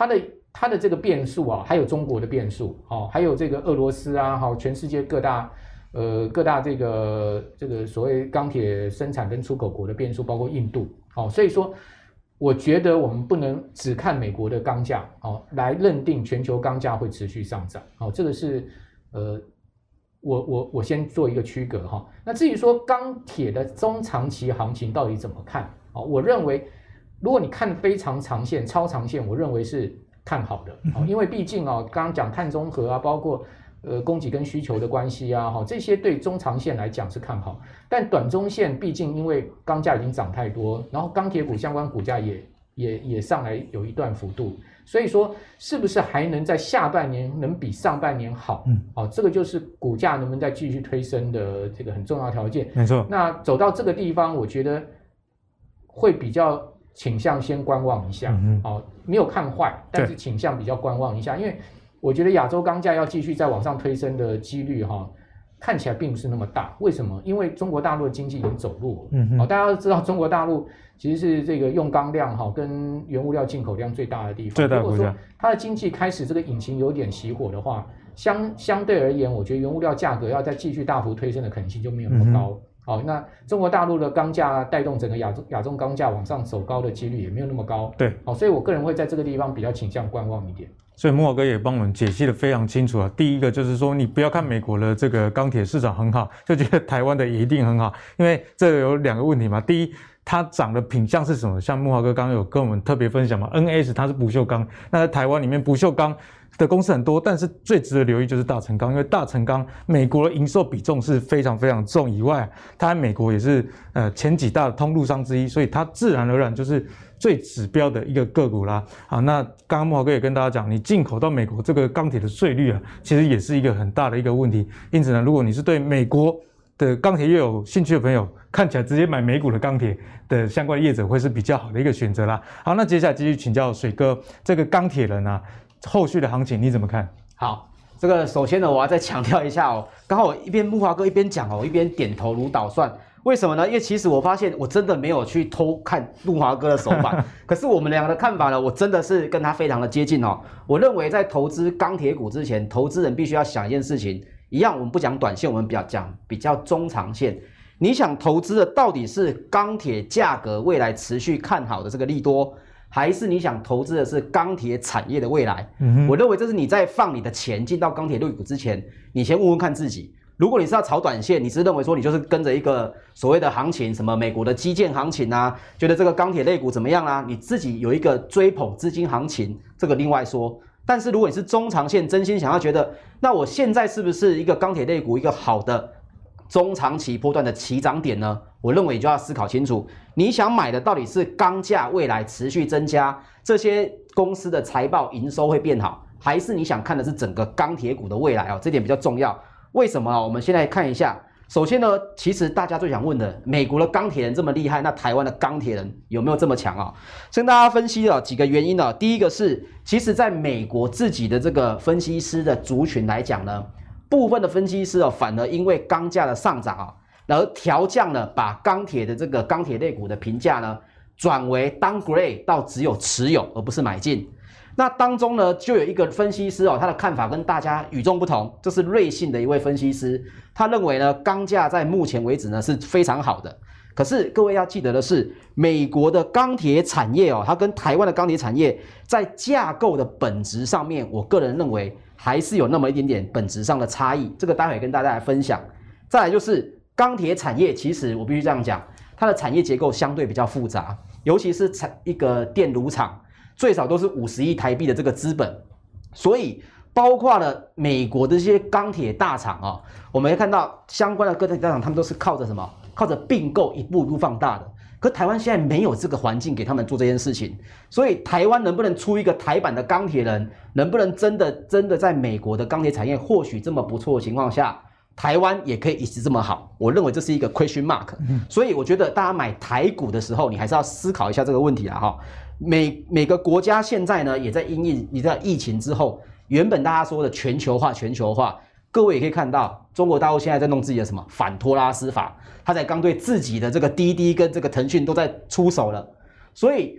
它的这个变数啊，还有中国的变数，哦，还有这个俄罗斯啊，好，全世界各大呃各大这个这个所谓钢铁生产跟出口国的变数，包括印度，哦，所以说我觉得我们不能只看美国的钢价，哦，来认定全球钢价会持续上涨，哦，这个是呃。我我我先做一个区隔哈，那至于说钢铁的中长期行情到底怎么看？哦，我认为如果你看非常长线、超长线，我认为是看好的，哦，因为毕竟啊，刚刚讲碳中和啊，包括呃供给跟需求的关系啊，哈，这些对中长线来讲是看好，但短中线毕竟因为钢价已经涨太多，然后钢铁股相关股价也也也上来有一段幅度。所以说，是不是还能在下半年能比上半年好？嗯，哦，这个就是股价能不能再继续推升的这个很重要的条件。 没错。那走到这个地方，我觉得会比较倾向先观望一下。嗯，哦，没有看坏，但是倾向比较观望一下，因为我觉得亚洲钢价要继续再往上推升的几率哈，看起来并不是那么大。为什么？因为中国大陆的经济已经走路了。嗯，哦，大家都知道中国大陆。其实是这个用钢量哈跟原物料进口量最大的地方。如果说它的经济开始这个引擎有点熄火的话，相相对而言，我觉得原物料价格要再继续大幅推升的可能性就没有那么高。好、嗯哦，那中国大陆的钢价带动整个亚洲亚洲钢价往上走高的几率也没有那么高。 对， 好、哦，所以我个人会在这个地方比较倾向观望一点。 所以木华哥也帮我们解析的非常清楚啊。第一个就是说，你不要看美国的这个钢铁市场很好，就觉得台湾的也一定很好，因为这有两个问题嘛。第一，它涨的品项是什么？像木华哥刚刚有跟我们特别分享嘛 ，N S 它是不锈钢，那在台湾里面不锈钢的公司很多，但是最值得留意就是大成钢，因为大成钢美国的营收比重是非常非常重以外，它在美国也是呃前几大的通路商之一，所以它自然而然就是最指标的一个个股啦。好，那刚刚木华哥也跟大家讲，你进口到美国这个钢铁的税率啊，其实也是一个很大的一个问题。因此呢，如果你是对美国的钢铁业有兴趣的朋友，看起来直接买美股的钢铁的相关的业者会是比较好的一个选择啦。好，那接下来继续请教水哥，这个钢铁人啊，后续的行情你怎么看？ 好，这个首先呢，我要再强调一下哦，刚好我一边木华哥一边讲哦，一边点头如捣蒜。为什么呢？因为其实我发现我真的没有去偷看木华哥的手法，可是我们两个的看法呢，我真的是跟他非常的接近哦。我认为在投资钢铁股之前，投资人必须要想一件事情。一样，我们不讲短线，我们比较讲比较中长线。你想投资的到底是钢铁价格未来持续看好的这个利多，还是你想投资的是钢铁产业的未来？嗯，我认为这是你在放你的钱进到钢铁类股之前，你先问问看自己。如果你是要炒短线，你是认为说你就是跟着一个所谓的行情，什么美国的基建行情啊，觉得这个钢铁类股怎么样啊？你自己有一个追捧资金行情，这个另外说。但是如果你是中长线，真心想要觉得，那我现在是不是一个钢铁类股一个好的中长期波段的起涨点呢？我认为你就要思考清楚，你想买的到底是钢价未来持续增加，这些公司的财报营收会变好，还是你想看的是整个钢铁股的未来哦？这点比较重要。为什么？我们先来看一下。首先呢，其实大家最想问的，美国的钢铁人这么厉害，那台湾的钢铁人有没有这么强啊？先跟大家分析了几个原因呢。第一个是，其实在美国自己的这个分析师的族群来讲呢，部分的分析师哦，反而因为钢价的上涨啊，而调降了把钢铁的这个钢铁类股的评价呢，转为 downgrade 到只有持有而不是买进。那当中呢，就有一个分析师哦，他的看法跟大家与众不同，这是瑞信的一位分析师，他认为呢，钢价在目前为止呢是非常好的。可是各位要记得的是，美国的钢铁产业哦，它跟台湾的钢铁产业在架构的本质上面，我个人认为还是有那么一点点本质上的差异。这个待会跟大家来分享。再来就是钢铁产业，其实我必须这样讲，它的产业结构相对比较复杂，尤其是产一个电炉厂。最少都是五十亿台币的这个资本，所以包括了美国的这些钢铁大厂啊、哦，我们会看到相关的钢铁大厂，他们都是靠着什么？靠着并购一步一步放大的。可台湾现在没有这个环境给他们做这件事情，所以台湾能不能出一个台版的钢铁人，能不能真的真的在美国的钢铁产业或许这么不错的情况下，台湾也可以一直这么好？我认为这是一个 question mark。所以我觉得大家买台股的时候，你还是要思考一下这个问题啊哈。每每个国家现在呢，也在因应你在疫情之后，原本大家说的全球化，全球化，各位也可以看到，中国大陆现在在弄自己的什么反托拉斯法，他才刚对自己的这个滴滴跟这个腾讯都在出手了。所以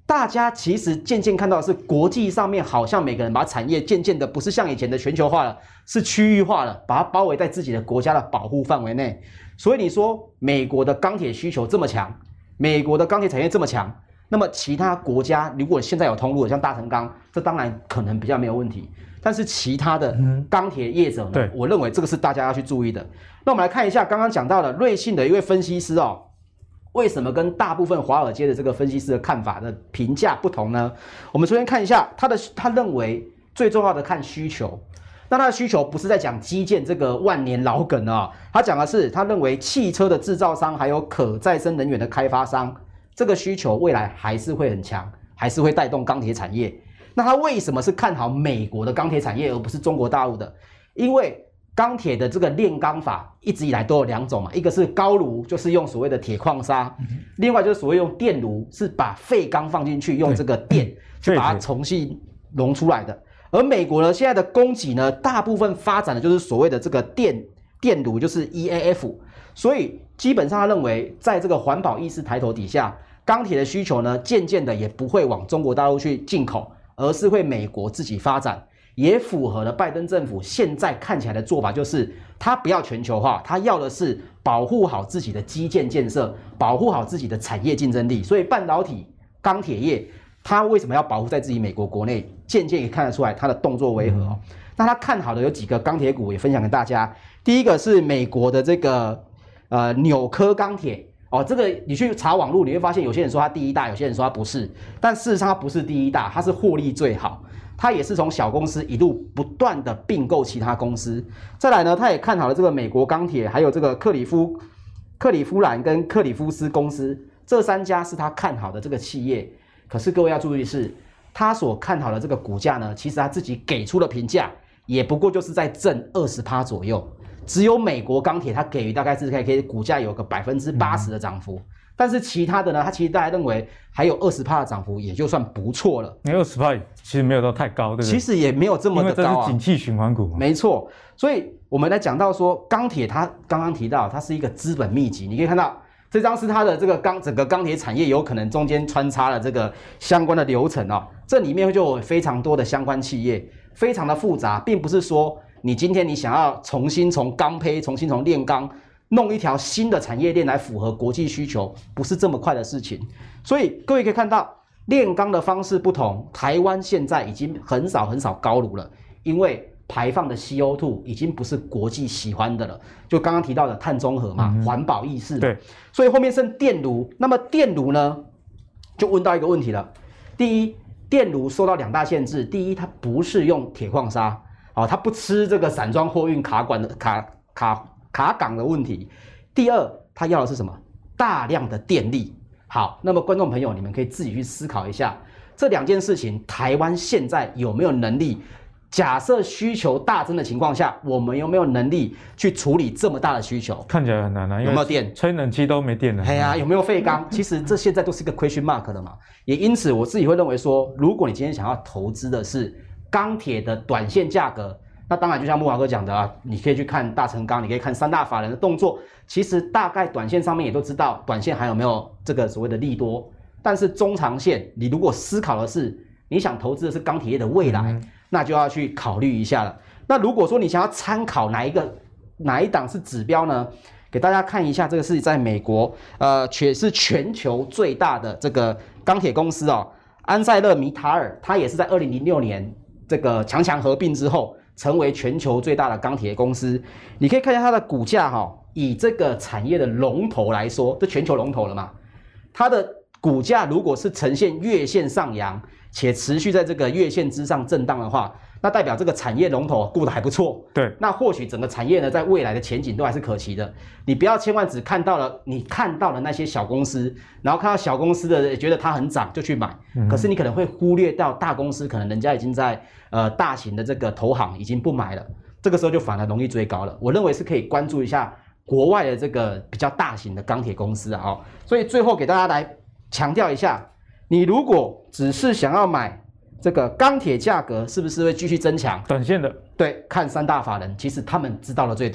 大家其实渐渐看到的是，国际上面好像每个人把产业渐渐的不是像以前的全球化了，是区域化了，把它包围在自己的国家的保护范围内。所以你说美国的钢铁需求这么强，美国的钢铁产业这么强，那么其他国家如果现在有通路的，像大成钢，这当然可能比较没有问题。但是其他的钢铁业者呢，我认为这个是大家要去注意的。那我们来看一下刚刚讲到的瑞信的一位分析师哦。为什么跟大部分华尔街的这个分析师的看法的评价不同呢？我们首先看一下他的，他认为最重要的看需求。那他的需求不是在讲基建这个万年老梗啊，他讲的是他认为汽车的制造商还有可再生能源的开发商，这个需求未来还是会很强，还是会带动钢铁产业。那他为什么是看好美国的钢铁产业，而不是中国大陆的？因为钢铁的这个炼钢法一直以来都有两种嘛，一个是高炉，就是用所谓的铁矿砂，嗯、另外就是所谓用电炉，是把废钢放进去，用这个电去把它重新熔出来的。而美国呢，现在的供给呢，大部分发展的就是所谓的这个电电炉，就是 E A F， 所以基本上他认为，在这个环保意识抬头底下，钢铁的需求呢，渐渐的也不会往中国大陆去进口，而是会美国自己发展。也符合了拜登政府现在看起来的做法，就是他不要全球化，他要的是保护好自己的基建建设，保护好自己的产业竞争力。所以半导体、钢铁业，他为什么要保护在自己美国国内？渐渐也看得出来他的动作为何哦。嗯、那他看好的有几个钢铁股，也分享给大家。第一个是美国的这个呃纽科钢铁哦，这个你去查网络，你会发现有些人说它第一大，有些人说它不是，但事实上它不是第一大，它是获利最好。他也是从小公司一路不断的并购其他公司，再来呢，他也看好了这个美国钢铁，还有这个克里夫、克里夫兰跟克里夫斯公司，这三家是他看好的这个企业。可是各位要注意的是，他所看好的这个股价呢，其实他自己给出的评价也不过就是在正 百分之二十 左右，只有美国钢铁它给予大概是可以可以股价有个 百分之八十 的涨幅。嗯，但是其他的呢，它其实大家认为还有 百分之二十 的涨幅，也就算不错了。 那 百分之二十 其实没有到太高，对不对？ 其实也没有这么的高啊。 因为这是景气循环股嘛。 没错，所以我们来讲到说钢铁，它刚刚提到它是一个资本密集，你可以看到这张是它的这个钢整个钢铁产业有可能中间穿插了这个相关的流程哦，这里面就有非常多的相关企业，非常的复杂，并不是说你今天你想要重新从钢坯，重新从炼钢。弄一条新的产业链来符合国际需求，不是这么快的事情。所以各位可以看到，炼钢的方式不同，台湾现在已经很少很少高炉了，因为排放的 C O 二 已经不是国际喜欢的了。就刚刚提到的碳中和嘛，嗯、环保意识嘛。对。所以后面剩电炉，那么电炉呢，就问到一个问题了。第一，电炉受到两大限制，第一，它不是用铁矿砂，哦，它不吃这个散装货运卡管的卡卡。卡港的问题。第二，他要的是什么？大量的电力。好，那么观众朋友，你们可以自己去思考一下这两件事情，台湾现在有没有能力？假设需求大增的情况下，我们有没有能力去处理这么大的需求？ 看起来很难啊， 有没有电？ 吹冷气都没电了。 哎呀，有没有废钢？其实这现在都是一个 question mark 的嘛。也因此，我自己会认为说，如果你今天想要投资的是钢铁的短线价格，那当然，就像木华哥讲的啊，你可以去看大成钢，你可以看三大法人的动作。其实大概短线上面也都知道，短线还有没有这个所谓的利多。但是中长线，你如果思考的是你想投资的是钢铁业的未来，嗯、那就要去考虑一下了。那如果说你想要参考哪一个哪一档是指标呢？给大家看一下，这个是在美国，呃，却是全球最大的这个钢铁公司哦，安塞勒米塔尔，它也是在二零零六年这个强强合并之后。成为全球最大的钢铁公司，你可以看一下它的股价哈、哦，以这个产业的龙头来说，这全球龙头了嘛，它的股价如果是呈现月线上扬，且持续在这个月线之上震荡的话，那代表这个产业龙头顾得还不错。 对， 那或许整个产业呢，在未来的前景都还是可期的。你不要千万只看到了你看到了那些小公司，然后看到小公司的觉得它很涨就去买，嗯、可是你可能会忽略到大公司，可能人家已经在呃大型的这个投行已经不买了，这个时候就反而容易追高了。我认为是可以关注一下国外的这个比较大型的钢铁公司啊、哦。所以最后给大家来强调一下，你如果只是想要买。这个钢铁价格是不是会继续增强？ 短线的， 对，看三大法人，其实他们知道的最多，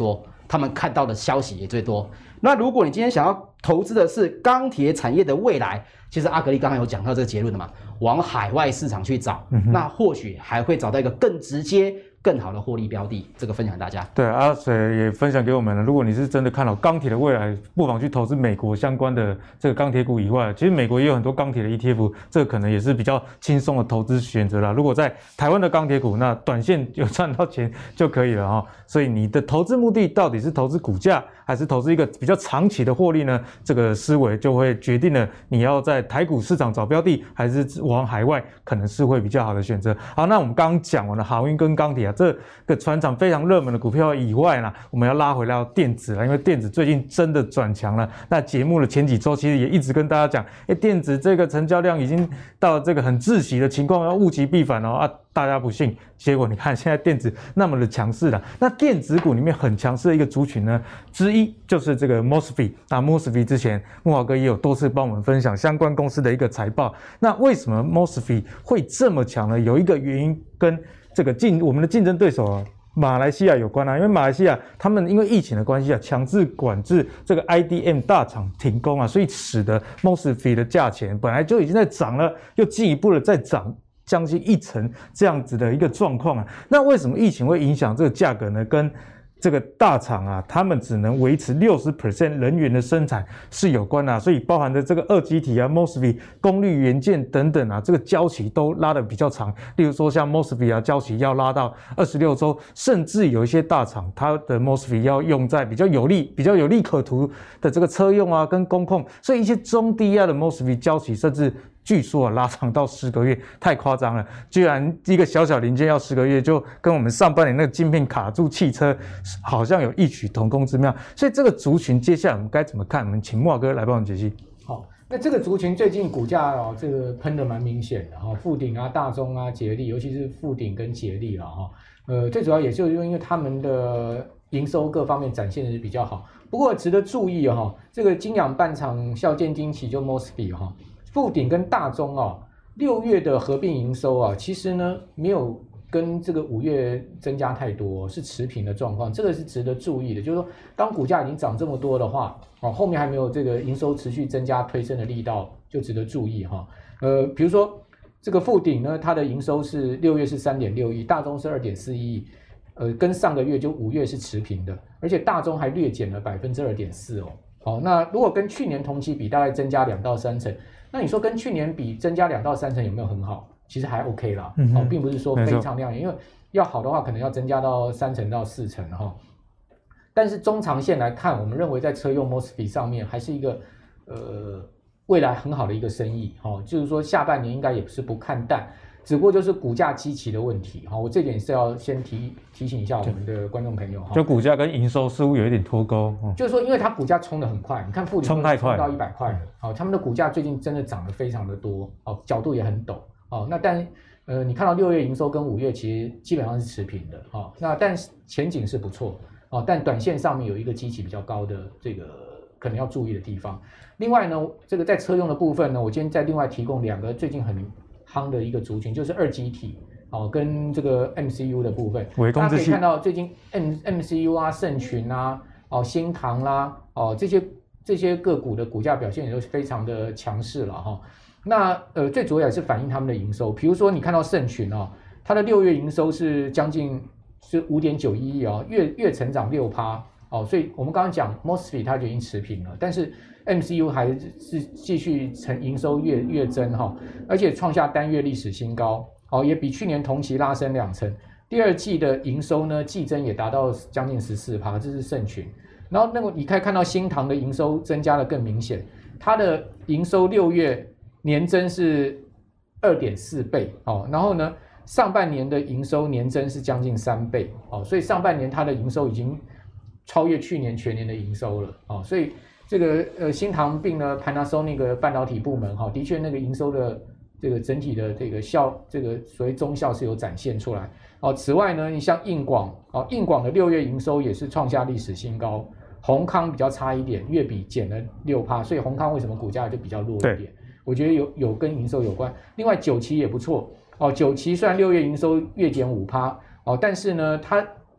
他们看到的消息也最多。那如果你今天想要投资的是钢铁产业的未来，其实阿格力刚刚有讲到这个结论的嘛，往海外市场去找，嗯、那或许还会找到一个更直接、更好的获利标的。这个分享给大家。 对，阿水也分享给我们了。如果你是真的看好钢铁的未来，不妨去投资美国相关的这个钢铁股以外，其实美国也有很多钢铁的 E T F， 这个可能也是比较轻松的投资选择啦。如果在台湾的钢铁股，那短线有赚到钱就可以了哈。所以你的投资目的到底是投资股价，还是投资一个比较长期的获利呢？这个思维就会决定了你要在台股市场找标的，还是往海外可能是会比较好的选择。好，那我们刚刚讲完了航运跟钢铁啊，这个船厂非常热门的股票以外呢，我们要拉回到电子了，因为电子最近真的转强了。那节目的前几周其实也一直跟大家讲，哎，电子这个成交量已经到了这个很窒息的情况，要物极必反哦啊。大家不信，结果你看现在电子那么的强势了。那电子股里面很强势的一个族群呢，之一就是这个 M O S F E T。那 M O S F E T 之前木华哥也有多次帮我们分享相关公司的一个财报。那为什么 M O S F E T 会这么强呢？有一个原因跟这个竞我们的竞争对手啊。马来西亚有关啊，因为马来西亚他们因为疫情的关系啊，强制管制这个 I D M 大厂停工啊，所以使得 M O S F E T 的价钱本来就已经在涨了，又进一步的在涨。将近一成这样子的一个状况啊，那为什么疫情会影响这个价格呢？跟这个大厂啊，他们只能维持 百分之六十 人员的生产是有关啊，所以包含的这个二极体啊 M O S F E T 功率元件等等啊，这个交期都拉得比较长。例如说像 M O S F E T 啊，交期要拉到二十六周，甚至有一些大厂它的 M O S F E T 要用在比较有利、比较有利可图的这个车用啊跟工控，所以一些中低压的 M O S F E T 交期甚至据说啊拉长到十个月，太夸张了！居然一个小小零件要十个月，就跟我们上半年那个晶片卡住汽车好像有异曲同工之妙。所以这个族群接下来我们该怎么看？我们请木华哥来帮我们解析。 好，那这个族群最近股价哦，这个喷的蛮明显的哈，富鼎啊、大中啊、捷力，尤其是富鼎跟捷力了哈。呃，最主要也就是因为他们的营收各方面展现的是比较好。不过值得注意哈，这个金氧半厂效见精奇就 M O S F E T 哈。富鼎跟大中啊，六月的合并营收啊，其实呢没有跟这个五月增加太多，是持平的状况，这个是值得注意的。就是说，当股价已经涨这么多的话，哦，后面还没有这个营收持续增加推升的力道，就值得注意哈。呃，比如说这个富鼎呢，它的营收是六月是 三点六亿，大中是 二点四亿，呃，跟上个月就五月是持平的，而且大中还略减了 百分之二点四 哦。好，那如果跟去年同期比，大概增加两到三成。那你说跟去年比增加两到三成有没有很好？其实还 OK 啦，嗯、哦，并不是说非常亮眼，因为要好的话可能要增加到三成到四成哈。但是中长线来看，我们认为在车用 M O S F E T 上面还是一个呃未来很好的一个生意哈、哦，就是说下半年应该也不是不看淡，只不过就是股价基期的问题哈、哦。我这点是要先提提醒一下我们的观众朋友哈。 就股价跟营收似乎有一点脱钩，哦、 就是说因为它股价冲得很快，你看富鼎冲太快， 冲到一百块了，好、哦，他们的股价最近真的涨得非常的多，哦，角度也很陡。哦，那但呃，你看到六月营收跟五月其实基本上是持平的，哦，那但前景是不错，哦，但短线上面有一个基期比较高的这个可能要注意的地方。另外呢，这个在车用的部分呢，我今天再另外提供两个最近很夯的一个族群，就是二极体，哦，跟这个 M C U 的部分。大家可以看到最近 M MCU 啊、盛群啊、哦新唐啦、哦这些这些个股的股价表现也都是非常的强势了哈。哦那呃，最主要也是反映他们的营收，比如说你看到盛群哦，它的六月营收是将近是 五点九一亿哦，月月成长 百分之六 哦，所以我们刚刚讲 M O S F E T 它就已经持平了，但是 M C U 还是继续成营收月月增哈、哦，而且创下单月历史新高哦，也比去年同期拉升两成。第二季的营收呢，季增也达到将近 百分之十四， 这是盛群。然后那个你可以看到新唐的营收增加的更明显，它的营收六月年增是 二点四倍，哦，然后呢，上半年的营收年增是将近三倍，哦，所以上半年它的营收已经超越去年全年的营收了，哦，所以这个呃新唐并了 Panasonic 半导体部门，哈、哦，的确那个营收的这个整体的这个效，这个所谓中效是有展现出来，哦，此外呢，你像硬广，哦，硬广的六月营收也是创下历史新高，宏康比较差一点，月比减了 百分之六， 所以宏康为什么股价就比较弱一点？我觉得有有跟营收有关，另外九期也不错哦。九期虽然六月营收月减 百分之五 哦，但是呢，它的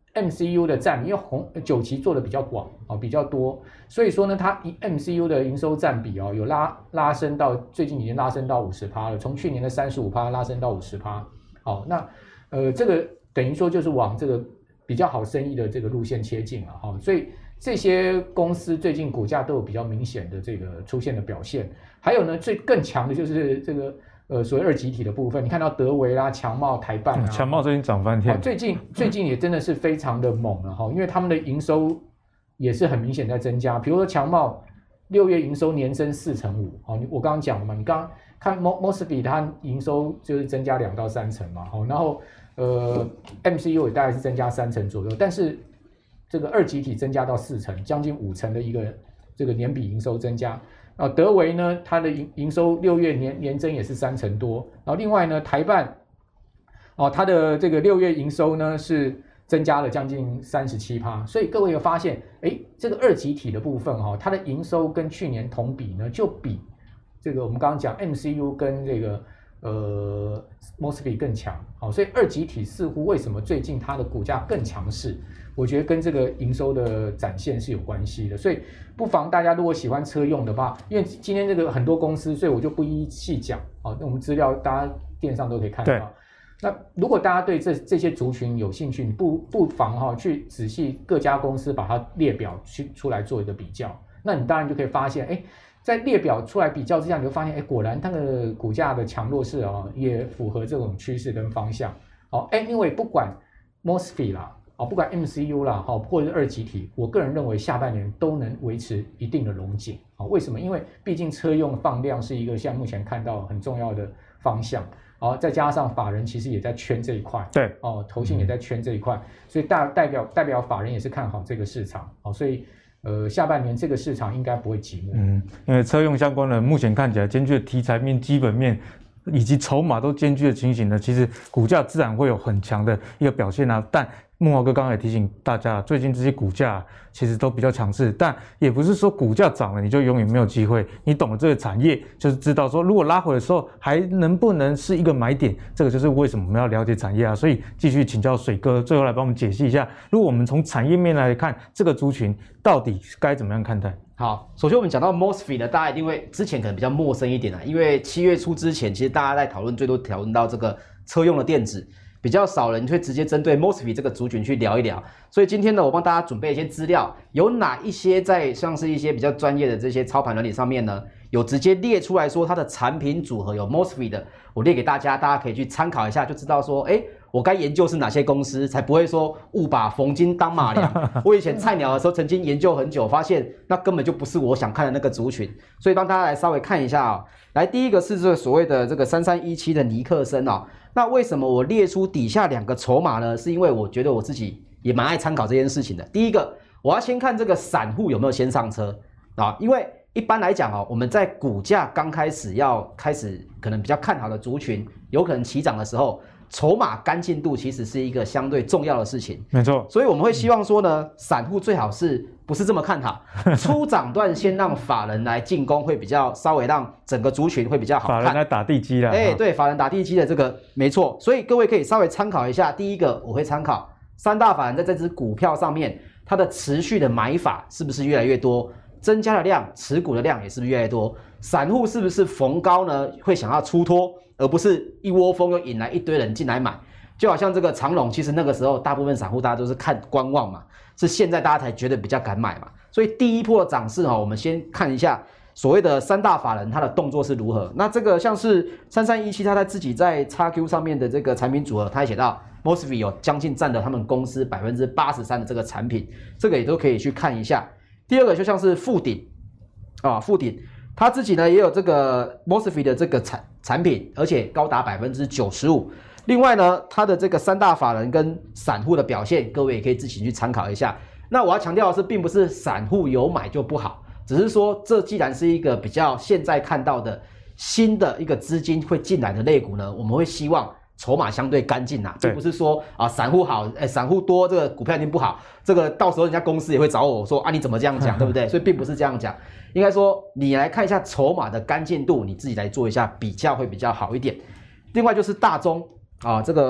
M C U 的占比，因为红九期做的比较广啊、哦，比较多，所以说呢，它 M C U 的营收占比哦，有拉拉升到最近已经拉升到五十趴了，从去年的三十五趴拉升到五十趴。好，那呃这个等于说就是往这个比较好生意的这个路线切进了哈、哦，所以这些公司最近股价都有比较明显的这个出现的表现。还有呢，最更强的就是这个。呃，所谓二级体的部分，你看到德微啦、强茂、台办啊， 强茂最近涨翻天、 哦，最近最近也真的是非常的猛了哈，因为他们的营收也是很明显在增加。比如说强茂六月营收年增四成五，哦，我刚刚讲了嘛，你刚刚看 Mosfet 它营收就是增加两到三成嘛，好，然后呃 M C U 也大概是增加三成左右，但是这个二级体增加到四成，将近五成的一个这个年比营收增加。啊，德微呢，它的营营收六月年年增也是三成多。然后另外呢，台办哦，它的这个六月营收呢是增加了将近三十七趴。所以各位有发现，哎，这个二级体的部分哈、哦，它的营收跟去年同比呢，就比这个我们刚刚讲 M C U 跟这个呃 Mosfet 更强。好、哦，所以二级体似乎为什么最近它的股价更强势？我觉得跟这个营收的展现是有关系的，所以不妨大家如果喜欢车用的话，因为今天这个很多公司，所以我就不一一细讲啊。那我们资料大家电上都可以看到。那如果大家对这这些族群有兴趣，你不不妨哈、哦、去仔细各家公司把它列表去出来做一个比较，那你当然就可以发现，哎，在列表出来比较之下，你就发现，哎，果然它的股价的强弱势啊、哦，也符合这种趋势跟方向。好、哦，哎，因为不管 Mosfet 啦。哦，不管 M C U 啦，哈，或者是二级体，我个人认为下半年都能维持一定的龙井。啊，为什么？因为毕竟车用放量是一个像目前看到很重要的方向。哦，再加上法人其实也在圈这一块， 对， 哦，投信也在圈这一块，所以代代表代表法人也是看好这个市场。哦，所以呃，下半年这个市场应该不会寂寞。 嗯，因为车用相关的目前看起来兼具的题材面、基本面。以及筹码都兼具的情形呢，其实股价自然会有很强的一个表现啊。但慕骅哥刚刚也提醒大家，最近这些股价其实都比较强势，但也不是说股价涨了你就永远没有机会。你懂了这个产业，就是知道说如果拉回的时候还能不能是一个买点，这个就是为什么我们要了解产业啊。所以继续请教水哥，最后来帮我们解析一下，如果我们从产业面来看，这个族群到底该怎么样看待？ 好，首先我们讲到 Mosfet 呢，大家一定会之前可能比较陌生一点啊，因为七月初之前，其实大家在讨论最多讨论到这个车用的电子，比较少人会直接针对 Mosfet 这个族群去聊一聊。所以今天呢，我帮大家准备一些资料，有哪一些在像是一些比较专业的这些操盘软体上面呢，有直接列出来说它的产品组合有 Mosfet 的，我列给大家，大家可以去参考一下，就知道说，哎。我该研究是哪些公司，才不会说误把逢金当马良。我以前菜鸟的时候曾经研究很久，发现那根本就不是我想看的那个族群，所以帮大家来稍微看一下啊、哦。来，第一个是这个所谓的这个三三一七的尼克森啊、哦。那为什么我列出底下两个筹码呢？是因为我觉得我自己也蛮爱参考这件事情的。第一个，我要先看这个散户有没有先上车啊，因为一般来讲哦，我们在股价刚开始要开始可能比较看好的族群，有可能起涨的时候。筹码干净度其实是一个相对重要的事情， 没错， 所以我们会希望说呢，散户最好是不是这么看好，初涨段先让法人来进攻，会比较稍微让整个族群会比较好看。 法人来打地基啦， 哎，对，法人打地基的这个没错，所以各位可以稍微参考一下。第一个，我会参考三大法人在这支股票上面，它的持续的买法是不是越来越多，增加的量，持股的量也是不是越来越多，散户是不是逢高呢会想要出脱。而不是一窝蜂又引来一堆人进来买，就好像这个长荣，其实那个时候大部分散户大家都是看观望嘛，是现在大家才觉得比较敢买嘛。所以第一波的涨势哈，我们先看一下所谓的三大法人他的动作是如何。那这个像是三三一七，他在自己在 X Q 上面的这个产品组合，他也写到 Mosfet 有将近占了他们公司百分之八十三的这个产品，这个也都可以去看一下。第二个就像是富鼎啊，富鼎。他自己呢也有这个 Mosfet 的这个产产品，而且高达百分之九十五。另外呢，他的这个三大法人跟散户的表现，各位也可以自己去参考一下。那我要强调的是，并不是散户有买就不好，只是说这既然是一个比较现在看到的新的一个资金会进来的类股呢，我们会希望筹码相对干净呐，并不是说啊散户好，哎散户多，这个股票一定不好，这个到时候人家公司也会找我说啊你怎么这样讲，对不对？所以并不是这样讲。应该说，你来看一下筹码的干净度，你自己来做一下比较会比较好一点。另外就是大宗啊，这个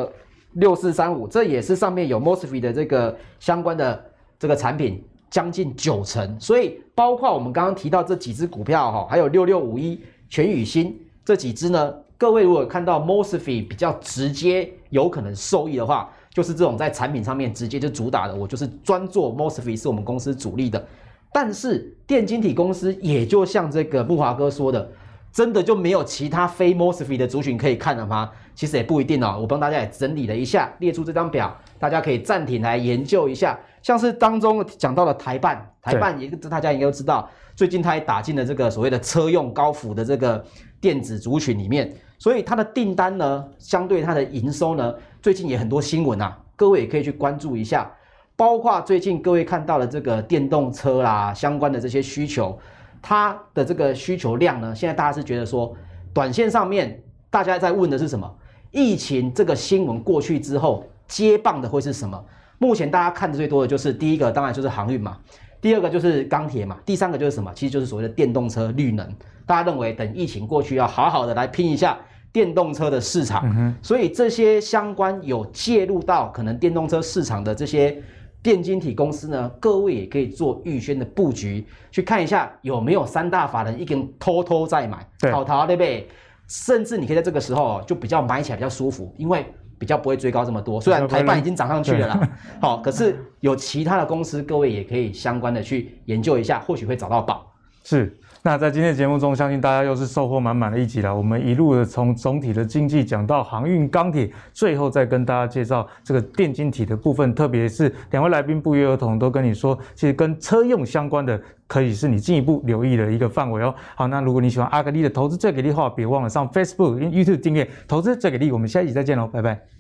六四三五，这也是上面有 M O S F E T 的这个相关的这个产品，将近九成。所以包括我们刚刚提到这几只股票哈，还有六六五一、全宇新这几只呢，各位如果看到 M O S F E T 比较直接有可能受益的话，就是这种在产品上面直接就主打的，我就是专做 M O S F E T 是我们公司主力的。但是电晶体公司也就像这个木华哥说的，真的就没有其他非 M O S F E T 的族群可以看了吗？其实也不一定哦。我帮大家也整理了一下，列出这张表，大家可以暂停来研究一下。像是当中讲到了台半，台半也大家应该都知道，最近它也打进了这个所谓的车用高伏的这个电子族群里面，所以它的订单呢，相对它的营收呢，最近也很多新闻啊，各位也可以去关注一下。包括最近各位看到的这个电动车啦，相关的这些需求，它的这个需求量呢，现在大家是觉得说，短线上面大家在问的是什么？疫情这个新闻过去之后，接棒的会是什么？目前大家看的最多的就是第一个，当然就是航运嘛，第二个就是钢铁嘛，第三个就是什么？其实就是所谓的电动车、绿能。大家认为等疫情过去，要好好的来拼一下电动车的市场，嗯、所以这些相关有介入到可能电动车市场的这些电晶体公司呢，各位也可以做预先的布局，去看一下有没有三大法人一根偷偷在买，好淘对不对？甚至你可以在这个时候就比较买起来比较舒服，因为比较不会追高这么多。虽然台半已经涨上去了啦，好，可是有其他的公司，各位也可以相关的去研究一下，或许会找到宝。 是。那在今天的节目中，相信大家又是收获满满的一集了。我们一路的从总体的经济讲到航运、钢铁，最后再跟大家介绍这个电晶体的部分。特别是两位来宾不约而同都跟你说，其实跟车用相关的，可以是你进一步留意的一个范围哦。好，那如果你喜欢阿格力的投资最给力的话，别忘了上 Facebook 跟 YouTube 订阅投资最给力。我们下一集再见喽，拜拜。